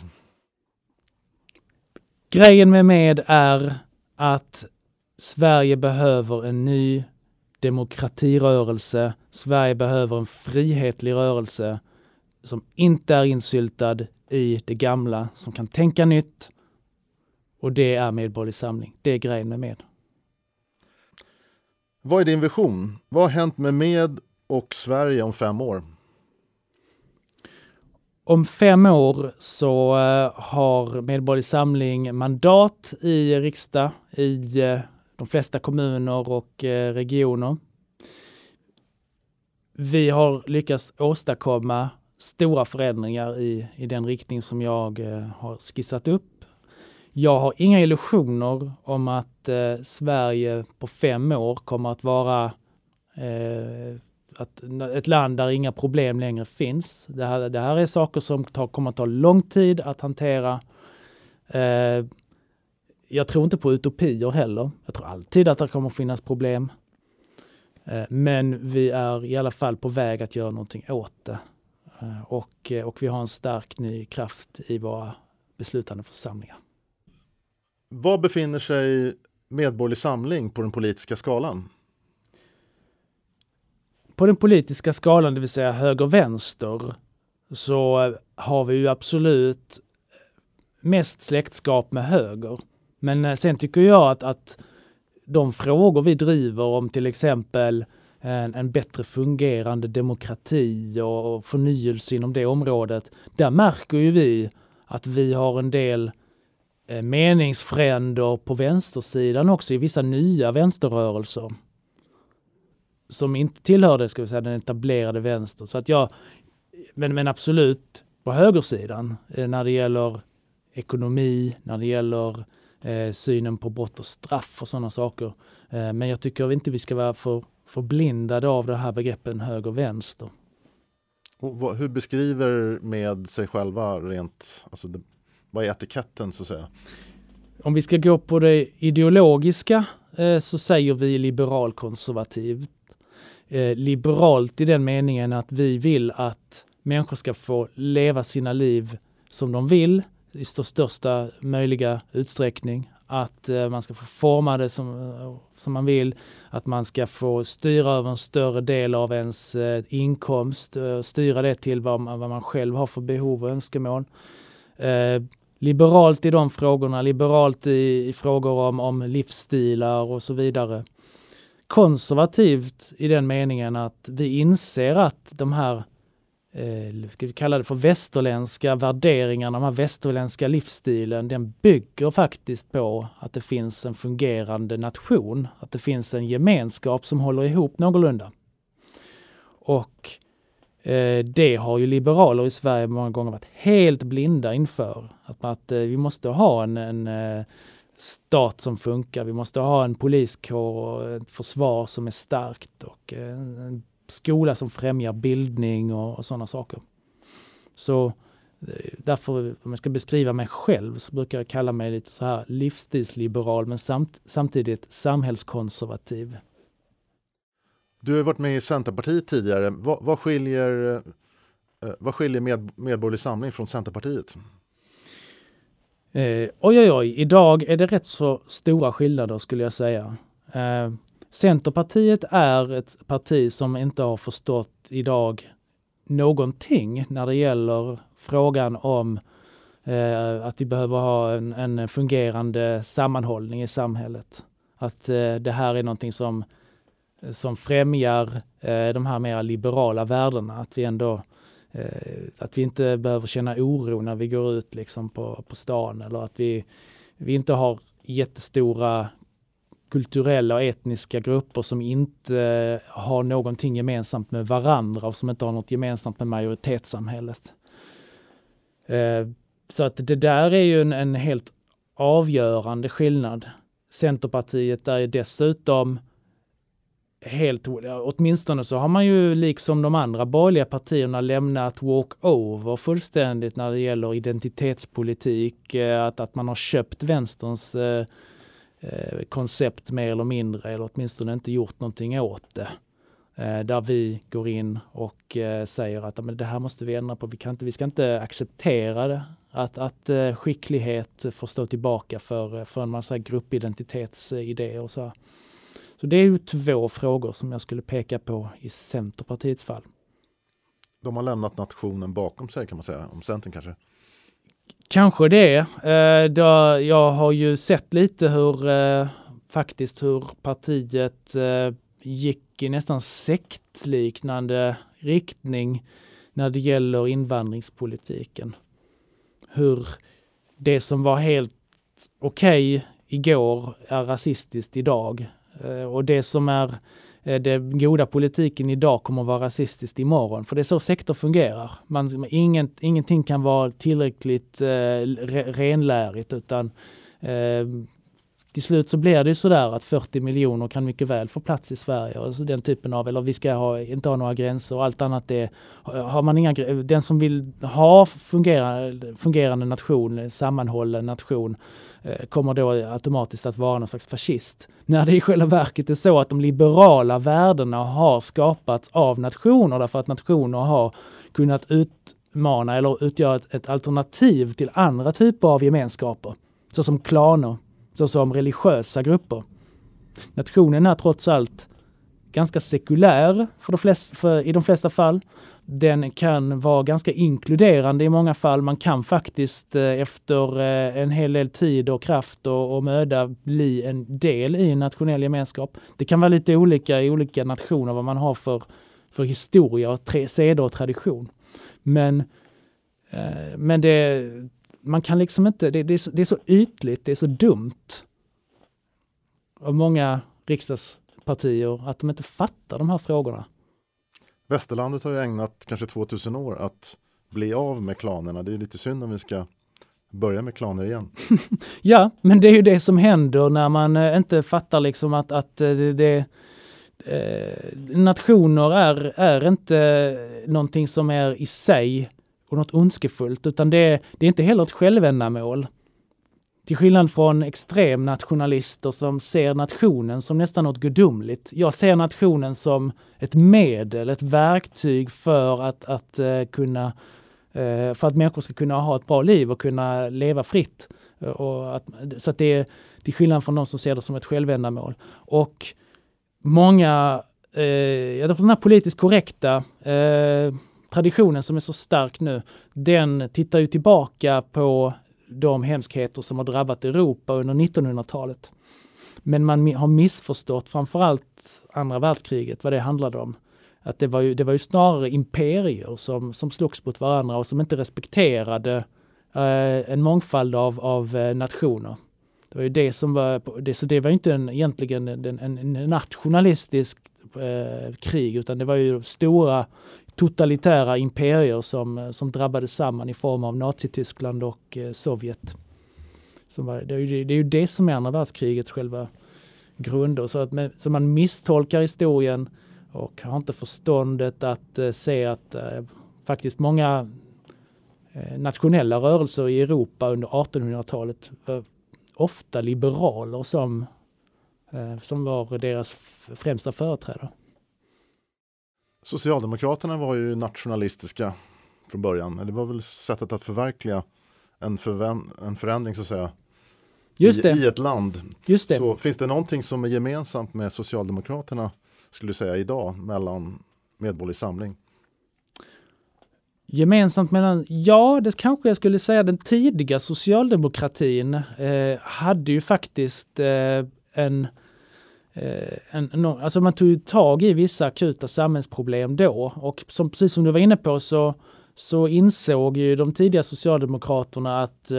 Grejen med är att Sverige behöver en ny demokratirörelse. Sverige behöver en frihetlig rörelse som inte är insyltad i det gamla, som kan tänka nytt, och det är Medborgerlig Samling. Det är grejen med. Vad är din vision? Vad har hänt med och Sverige om 5 år? Om 5 år så har Medborgerlig Samling mandat i riksdag i de flesta kommuner och regioner. Vi har lyckats åstadkomma stora förändringar i den riktning som jag har skissat upp. Jag har inga illusioner om att Sverige på 5 år kommer att vara ett land där inga problem längre finns. Det här är saker som kommer att ta lång tid att hantera. Jag tror inte på utopier heller. Jag tror alltid att det kommer att finnas problem. Men vi är i alla fall på väg att göra någonting åt det. Och vi har en stark ny kraft i våra beslutande församlingar. Var befinner sig Medborgerlig Samling på den politiska skalan? På den politiska skalan, det vill säga höger-vänster, så har vi ju absolut mest släktskap med höger. Men sen tycker jag att de frågor vi driver om till exempel en bättre fungerande demokrati och förnyelse inom det området, där märker ju vi att vi har en del meningsfränder på vänstersidan också i vissa nya vänsterrörelser som inte tillhör det, ska vi säga, den etablerade vänster. Så att men absolut på högersidan när det gäller ekonomi, när det gäller synen på brott och straff och sådana saker. Men jag tycker inte vi ska vara förblindade av det här begreppen höger-vänster. Och hur beskriver med sig själva rent, alltså vad är etiketten så att säga? Om vi ska gå på det ideologiska så säger vi liberal-konservativt. Liberalt i den meningen att vi vill att människor ska få leva sina liv som de vill i största möjliga utsträckning. Att man ska få forma det som man vill. Att man ska få styra över en större del av ens inkomst. Styra det till vad man själv har för behov och önskemål. Liberalt i de frågorna. Liberalt i frågor om livsstilar och så vidare. Konservativt i den meningen att vi inser att de här ska vi kalla det för västerländska värderingarna, de här västerländska livsstilen, den bygger faktiskt på att det finns en fungerande nation, att det finns en gemenskap som håller ihop någorlunda. Och det har ju liberaler i Sverige många gånger varit helt blinda inför. Att vi måste ha en stat som funkar, vi måste ha en poliskår och ett försvar som är starkt och en skola som främjar bildning och sådana saker. Så därför, om jag ska beskriva mig själv, så brukar jag kalla mig lite så här livsstilsliberal men samtidigt samhällskonservativ. Du har varit med i Centerpartiet tidigare. Vad skiljer Medborgerlig Samling från Centerpartiet? Idag är det rätt så stora skillnader skulle jag säga. Centerpartiet är ett parti som inte har förstått idag någonting när det gäller frågan om att vi behöver ha en fungerande sammanhållning i samhället. Att det här är någonting som främjar de här mer liberala värdena. Att vi ändå att vi inte behöver känna oro när vi går ut liksom på stan, eller att vi inte har jättestora kulturella och etniska grupper som inte har någonting gemensamt med varandra och som inte har något gemensamt med majoritetssamhället. Så att det där är ju en helt avgörande skillnad. Centerpartiet är dessutom åtminstone så har man ju liksom de andra borgerliga partierna lämnat walk-over fullständigt när det gäller identitetspolitik, att man har köpt vänsterns koncept mer eller mindre, eller åtminstone inte gjort någonting åt det. Där vi går in och säger att men det här måste vi ändra på, vi ska inte acceptera det, att skicklighet får stå tillbaka för en massa gruppidentitetsidéer och så. Så det är ju 2 frågor som jag skulle peka på i Centerpartiets fall. De har lämnat nationen bakom sig kan man säga, om Centern kanske? Kanske det. Jag har ju sett lite hur partiet gick i nästan sektliknande riktning när det gäller invandringspolitiken. Hur det som var helt okej igår är rasistiskt idag. Och det som är den goda politiken idag kommer att vara rasistiskt imorgon. För det är så sektor fungerar. Ingenting kan vara tillräckligt renlärigt, utan till slut så blir det sådär att 40 miljoner kan mycket väl få plats i Sverige. Och så den typen av, eller vi ska inte ha några gränser och allt annat. Har man den som vill ha fungerande nation, sammanhållen nation, kommer då automatiskt att vara någon slags fascist. När det i själva verket är så att de liberala värdena har skapats av nationer, därför att nationer har kunnat utmana eller utgöra ett alternativ till andra typer av gemenskaper, såsom klaner, såsom religiösa grupper. Nationen är trots allt ganska sekulär i de flesta fall. Den kan vara ganska inkluderande i många fall. Man kan faktiskt efter en hel del tid och kraft och möda bli en del i en nationell gemenskap. Det kan vara lite olika i olika nationer vad man har för historia, seder och tradition. Men man kan liksom inte, det är så ytligt, det är så dumt av många riksdagspartier att de inte fattar de här frågorna. Västerlandet har ju ägnat kanske 2000 år att bli av med klanerna. Det är lite synd om vi ska börja med klaner igen. Ja, men det är ju det som händer när man inte fattar liksom att nationer är inte någonting som är i sig och något ondskefullt, utan det är inte heller ett självändamål. Till skillnad från extremnationalister som ser nationen som nästan något gudomligt. Jag ser nationen som ett medel, ett verktyg för att människor ska kunna ha ett bra liv och kunna leva fritt. Så att det är till skillnad från de som ser det som ett självändamål. Och många, den här politiskt korrekta traditionen som är så stark nu, den tittar ju tillbaka på de hemskheter som har drabbat Europa under 1900-talet. Men man har missförstått framförallt andra världskriget, vad det handlade om. Att det var ju snarare imperier som slogs mot varandra och som inte respekterade en mångfald av nationer. Det var ju det som var, så det var inte egentligen en nationalistisk krig, utan det var ju stora totalitära imperier som drabbades samman i form av Nazityskland och Sovjet. Det är ju det som är andra världskrigets själva grund. Så man misstolkar historien och har inte förståndet att se att faktiskt många nationella rörelser i Europa under 1800-talet var ofta liberaler som var deras främsta företrädare. Socialdemokraterna var ju nationalistiska från början. Det var väl sättet att förverkliga en förändring så att säga i ett land. Just det. Så finns det någonting som är gemensamt med Socialdemokraterna skulle du säga idag mellan Medborgerlig Samling? Gemensamt mellan, ja det kanske jag skulle säga, den tidiga socialdemokratin hade ju faktiskt alltså man tog ju tag i vissa akuta samhällsproblem då, och precis som du var inne på så insåg ju de tidiga socialdemokraterna att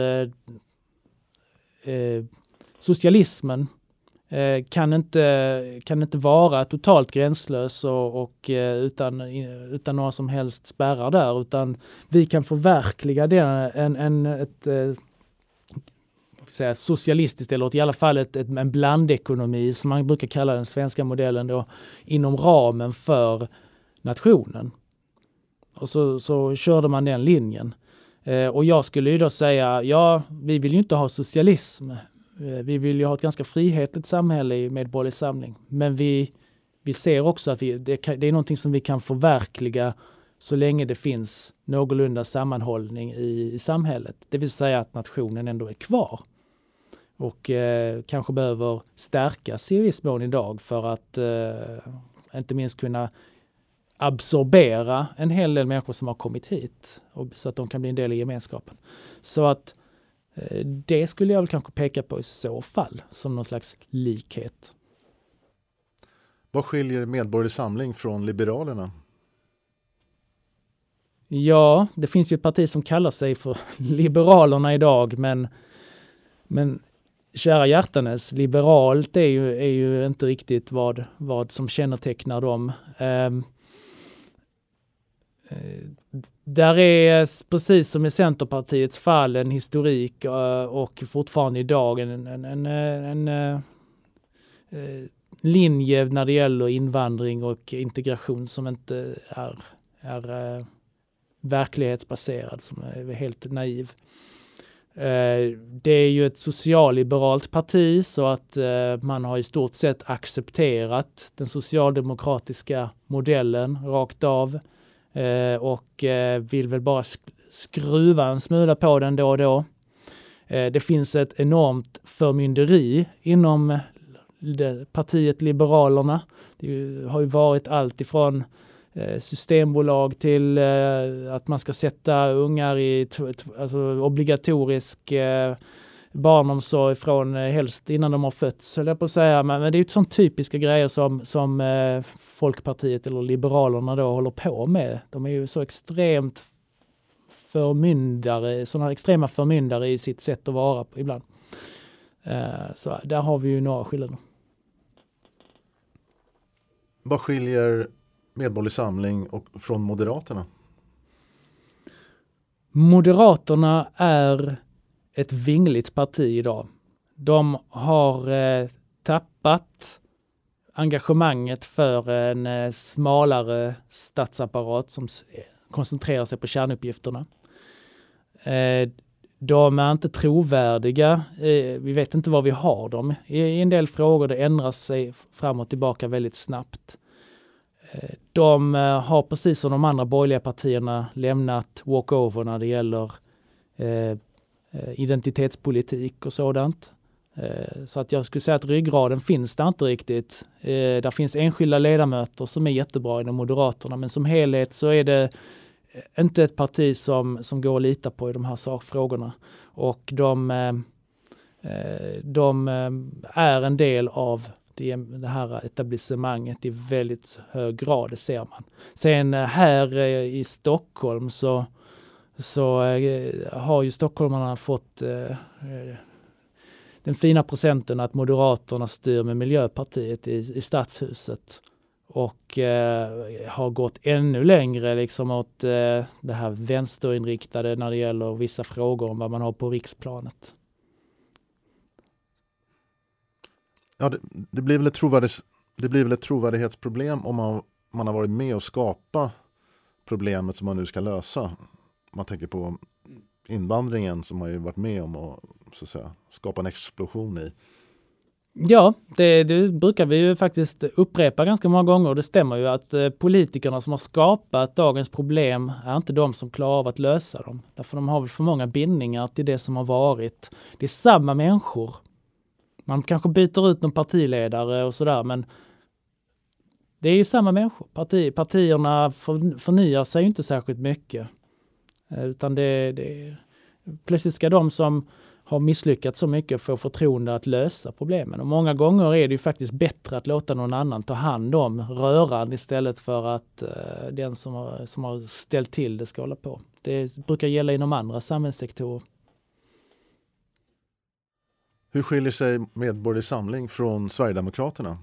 socialismen kan inte vara totalt gränslös och utan några som helst spärrar där, utan vi kan förverkliga ett socialistiskt, eller i alla fall en blandekonomi som man brukar kalla den svenska modellen då, inom ramen för nationen. Och så körde man den linjen. Och jag skulle ju då säga, ja, vi vill ju inte ha socialism. Vi vill ju ha ett ganska frihetligt samhälle i Medborgerlig Samling. Men vi ser också att det är någonting som vi kan förverkliga så länge det finns någorlunda sammanhållning i samhället. Det vill säga att nationen ändå är kvar. Och kanske behöver stärkas i viss mån idag för att inte minst kunna absorbera en hel del människor som har kommit hit, så att de kan bli en del i gemenskapen. Så att det skulle jag väl kanske peka på i så fall som någon slags likhet. Vad skiljer Medborgerlig Samling från Liberalerna? Ja, det finns ju ett parti som kallar sig för Liberalerna idag, men kära hjärtanes, liberalt är ju inte riktigt vad som kännetecknar dem. Där är, precis som i Centerpartiets fall, en historik och fortfarande idag en linje när det gäller invandring och integration som inte är verklighetsbaserad, som är helt naiv. Det är ju ett socialliberalt parti, så att man har i stort sett accepterat den socialdemokratiska modellen rakt av och vill väl bara skruva en smula på den då och då. Det finns ett enormt förmynderi inom partiet Liberalerna. Det har ju varit allt ifrån systembolag till att man ska sätta ungar i obligatorisk barnomsorg från helst innan de har fötts, höll jag på att säga. Men det är ju sånt typiska grejer som Folkpartiet eller Liberalerna då håller på med. De är ju så extremt sådana extrema förmyndare i sitt sätt att vara på ibland. Så där har vi ju några skillnader. Vad skiljer Medborgerlig Samling från Moderaterna? Moderaterna är ett vingligt parti idag. De har tappat engagemanget för en smalare statsapparat som koncentrerar sig på kärnuppgifterna. De är inte trovärdiga. Vi vet inte var vi har dem. I en del frågor det ändras sig fram och tillbaka väldigt snabbt. De har precis som de andra borgerliga partierna lämnat walkover när det gäller identitetspolitik och sådant. Så att jag skulle säga att ryggraden finns där inte riktigt. Där finns enskilda ledamöter som är jättebra inom Moderaterna, men som helhet så är det inte ett parti som går att lita på i de här sakfrågorna. Och de är en del av det här etablissemanget i väldigt hög grad, det ser man. Sen här i Stockholm så har ju stockholmarna fått den fina presenten att Moderaterna styr med Miljöpartiet i Stadshuset och har gått ännu längre liksom åt det här vänsterinriktade när det gäller vissa frågor om vad man har på riksplanet. Ja, det blir väl ett trovärdighetsproblem om man har varit med och skapa problemet som man nu ska lösa. Man tänker på invandringen som man ju varit med om att, så att säga, skapa en explosion i. Ja, det brukar vi ju faktiskt upprepa ganska många gånger. Det stämmer ju att politikerna som har skapat dagens problem är inte de som klarar av att lösa dem. Därför de har väl för många bindningar till det som har varit. Det är samma människor. Man kanske byter ut någon partiledare och sådär, men det är ju samma människor. Partierna förnyar sig inte särskilt mycket. Utan plötsligt ska de som har misslyckats så mycket få förtroende att lösa problemen. Och många gånger är det ju faktiskt bättre att låta någon annan ta hand om röran istället för att den som har ställt till det ska hålla på. Det brukar gälla inom andra samhällssektorer. Hur skiljer sig Medborgerlig Samling från Sverigedemokraterna?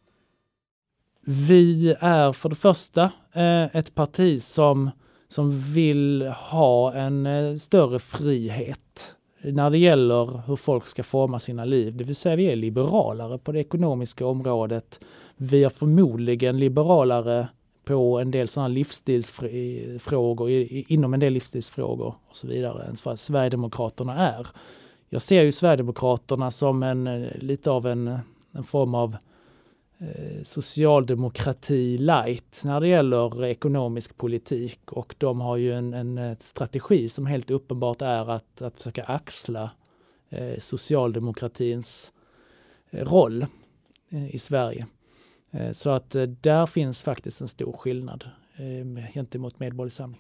Vi är för det första ett parti som vill ha en större frihet när det gäller hur folk ska forma sina liv. Det vill säga vi är liberalare på det ekonomiska området. Vi är förmodligen liberalare på en del sådana livsstilsfrågor, inom en del livsstilsfrågor och så vidare än vad Sverigedemokraterna är. Jag ser ju Sverigedemokraterna som lite av en form av socialdemokrati light när det gäller ekonomisk politik, och de har ju en strategi som helt uppenbart är att försöka axla socialdemokratins roll i Sverige. Så att där finns faktiskt en stor skillnad gentemot Medborgerlig Samling.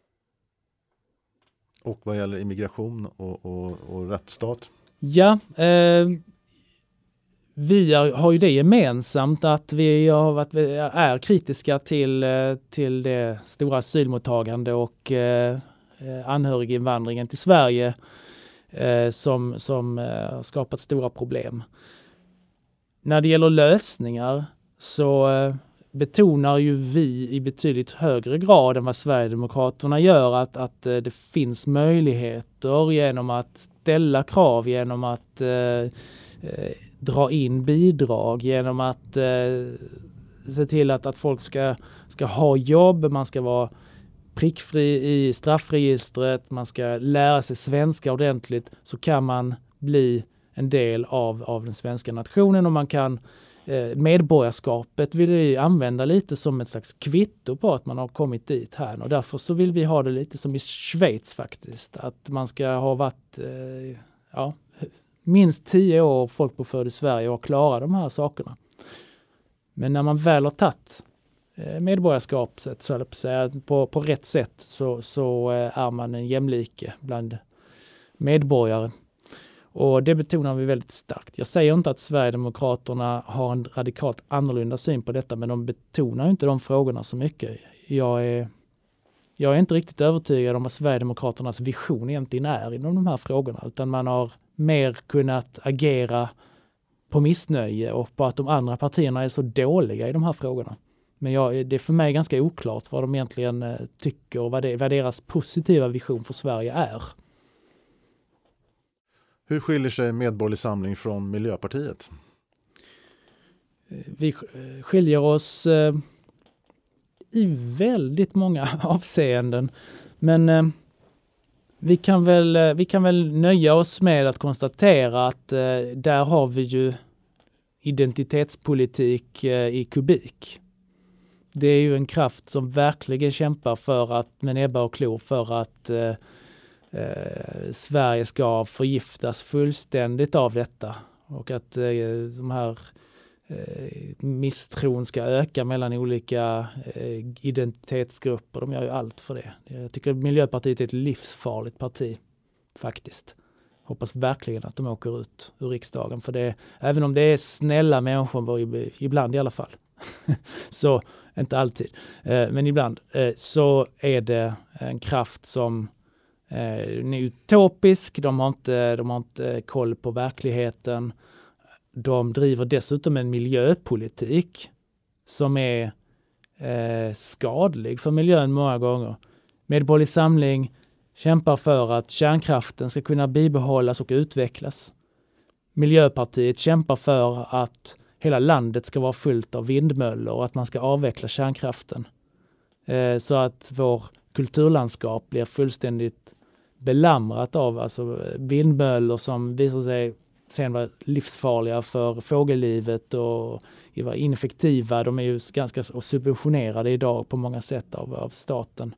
Och vad gäller immigration och rättsstat? Ja, vi har ju det gemensamt att vi är kritiska till det stora asylmottagande och anhöriginvandringen till Sverige som har skapat stora problem. När det gäller lösningar så betonar ju vi i betydligt högre grad än vad Sverigedemokraterna gör att det finns möjligheter genom att ställa krav, genom att dra in bidrag, genom att se till att folk ska ha jobb, man ska vara prickfri i straffregistret, man ska lära sig svenska ordentligt, så kan man bli en del av den svenska nationen och man kan medborgarskapet vill vi använda lite som ett slags kvitto på att man har kommit dit här och därför så vill vi ha det lite som i Schweiz faktiskt, att man ska ha varit minst 10 år folkbokförd i Sverige och klara de här sakerna. Men när man väl har tagit medborgarskapet så på rätt sätt så är man en jämlike bland medborgare. Och det betonar vi väldigt starkt. Jag säger inte att Sverigedemokraterna har en radikalt annorlunda syn på detta, men de betonar inte de frågorna så mycket. Jag är inte riktigt övertygad om vad Sverigedemokraternas vision egentligen är inom de här frågorna, utan man har mer kunnat agera på missnöje och på att de andra partierna är så dåliga i de här frågorna. Men det är för mig ganska oklart vad de egentligen tycker och vad deras positiva vision för Sverige är. Hur skiljer sig Medborgerlig Samling från Miljöpartiet? Vi skiljer oss i väldigt många avseenden. Men vi kan väl nöja oss med att konstatera att där har vi ju identitetspolitik i kubik. Det är ju en kraft som verkligen kämpar för att med näbbar och klor för att Sverige ska förgiftas fullständigt av detta och att de här misstron ska öka mellan olika identitetsgrupper. De gör ju allt för det. Jag tycker att Miljöpartiet är ett livsfarligt parti faktiskt. Hoppas verkligen att de åker ut ur riksdagen, för det, även om det är snälla människor ibland i alla fall så, inte alltid, men ibland så är det en kraft som är utopisk, de har inte koll på verkligheten. De driver dessutom en miljöpolitik som är skadlig för miljön många gånger. Medborgerlig Samling kämpar för att kärnkraften ska kunna bibehållas och utvecklas. Miljöpartiet kämpar för att hela landet ska vara fullt av vindmöllor och att man ska avveckla kärnkraften. Så att vår kulturlandskap blir fullständigt belamrat av vindmöllor som visar sig sen vara livsfarliga för fågellivet och var ineffektiva. De är ju ganska subventionerade idag på många sätt av staten.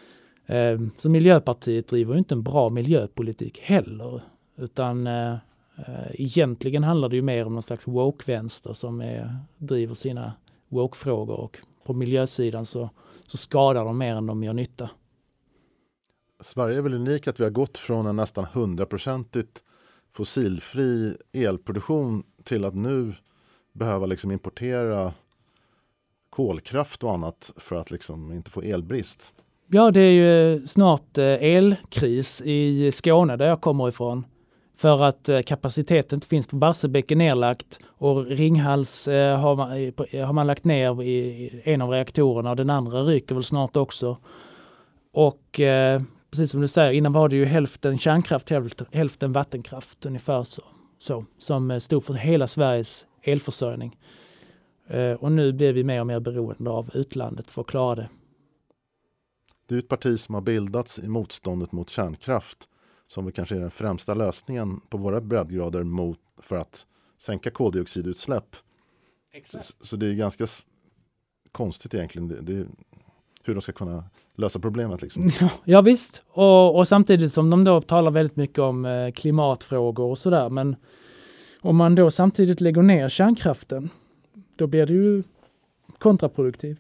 Så Miljöpartiet driver ju inte en bra miljöpolitik heller, utan egentligen handlar det ju mer om någon slags woke-vänster som driver sina woke-frågor, och på miljösidan så skadar de mer än de gör nytta. Sverige är väl unik att vi har gått från en nästan 100% fossilfri elproduktion till att nu behöva importera kolkraft och annat för att inte få elbrist. Ja, det är ju snart elkris i Skåne där jag kommer ifrån. För att kapaciteten inte finns på Barsebäck är nedlagt och Ringhals har man lagt ner i en av reaktorerna och den andra ryker väl snart också. Och precis som du säger, innan var det ju hälften kärnkraft, hälften vattenkraft ungefär så som stod för hela Sveriges elförsörjning. Och nu blir vi mer och mer beroende av utlandet för att klara det. Det är ett parti som har bildats i motståndet mot kärnkraft, som väl kanske är den främsta lösningen på våra breddgrader för att sänka koldioxidutsläpp. Exakt. Så det är ganska konstigt egentligen hur de ska kunna lösa problemet. Ja visst, och samtidigt som de då talar väldigt mycket om klimatfrågor och sådär, men om man då samtidigt lägger ner kärnkraften, då blir det ju kontraproduktivt.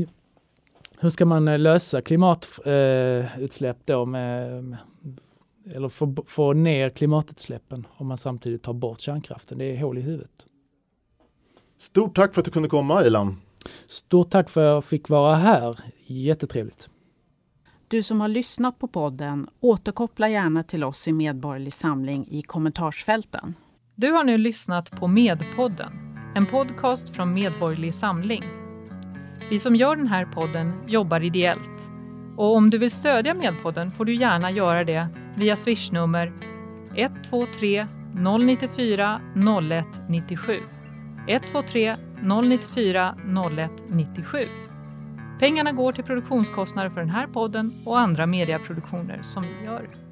Hur ska man lösa klimatutsläpp då med eller få ner klimatutsläppen om man samtidigt tar bort kärnkraften. Det är hål i huvudet. Stort tack för att du kunde komma, Ilan. Stort tack för att jag fick vara här. Jättetrevligt. Du som har lyssnat på podden, återkoppla gärna till oss i Medborgerlig Samling i kommentarsfälten. Du har nu lyssnat på Medpodden, en podcast från Medborgerlig Samling. Vi som gör den här podden jobbar ideellt. Och om du vill stödja Medpodden får du gärna göra det via swishnummer 123 094 0197. 123 094 0197. Pengarna går till produktionskostnader för den här podden och andra mediaproduktioner som vi gör.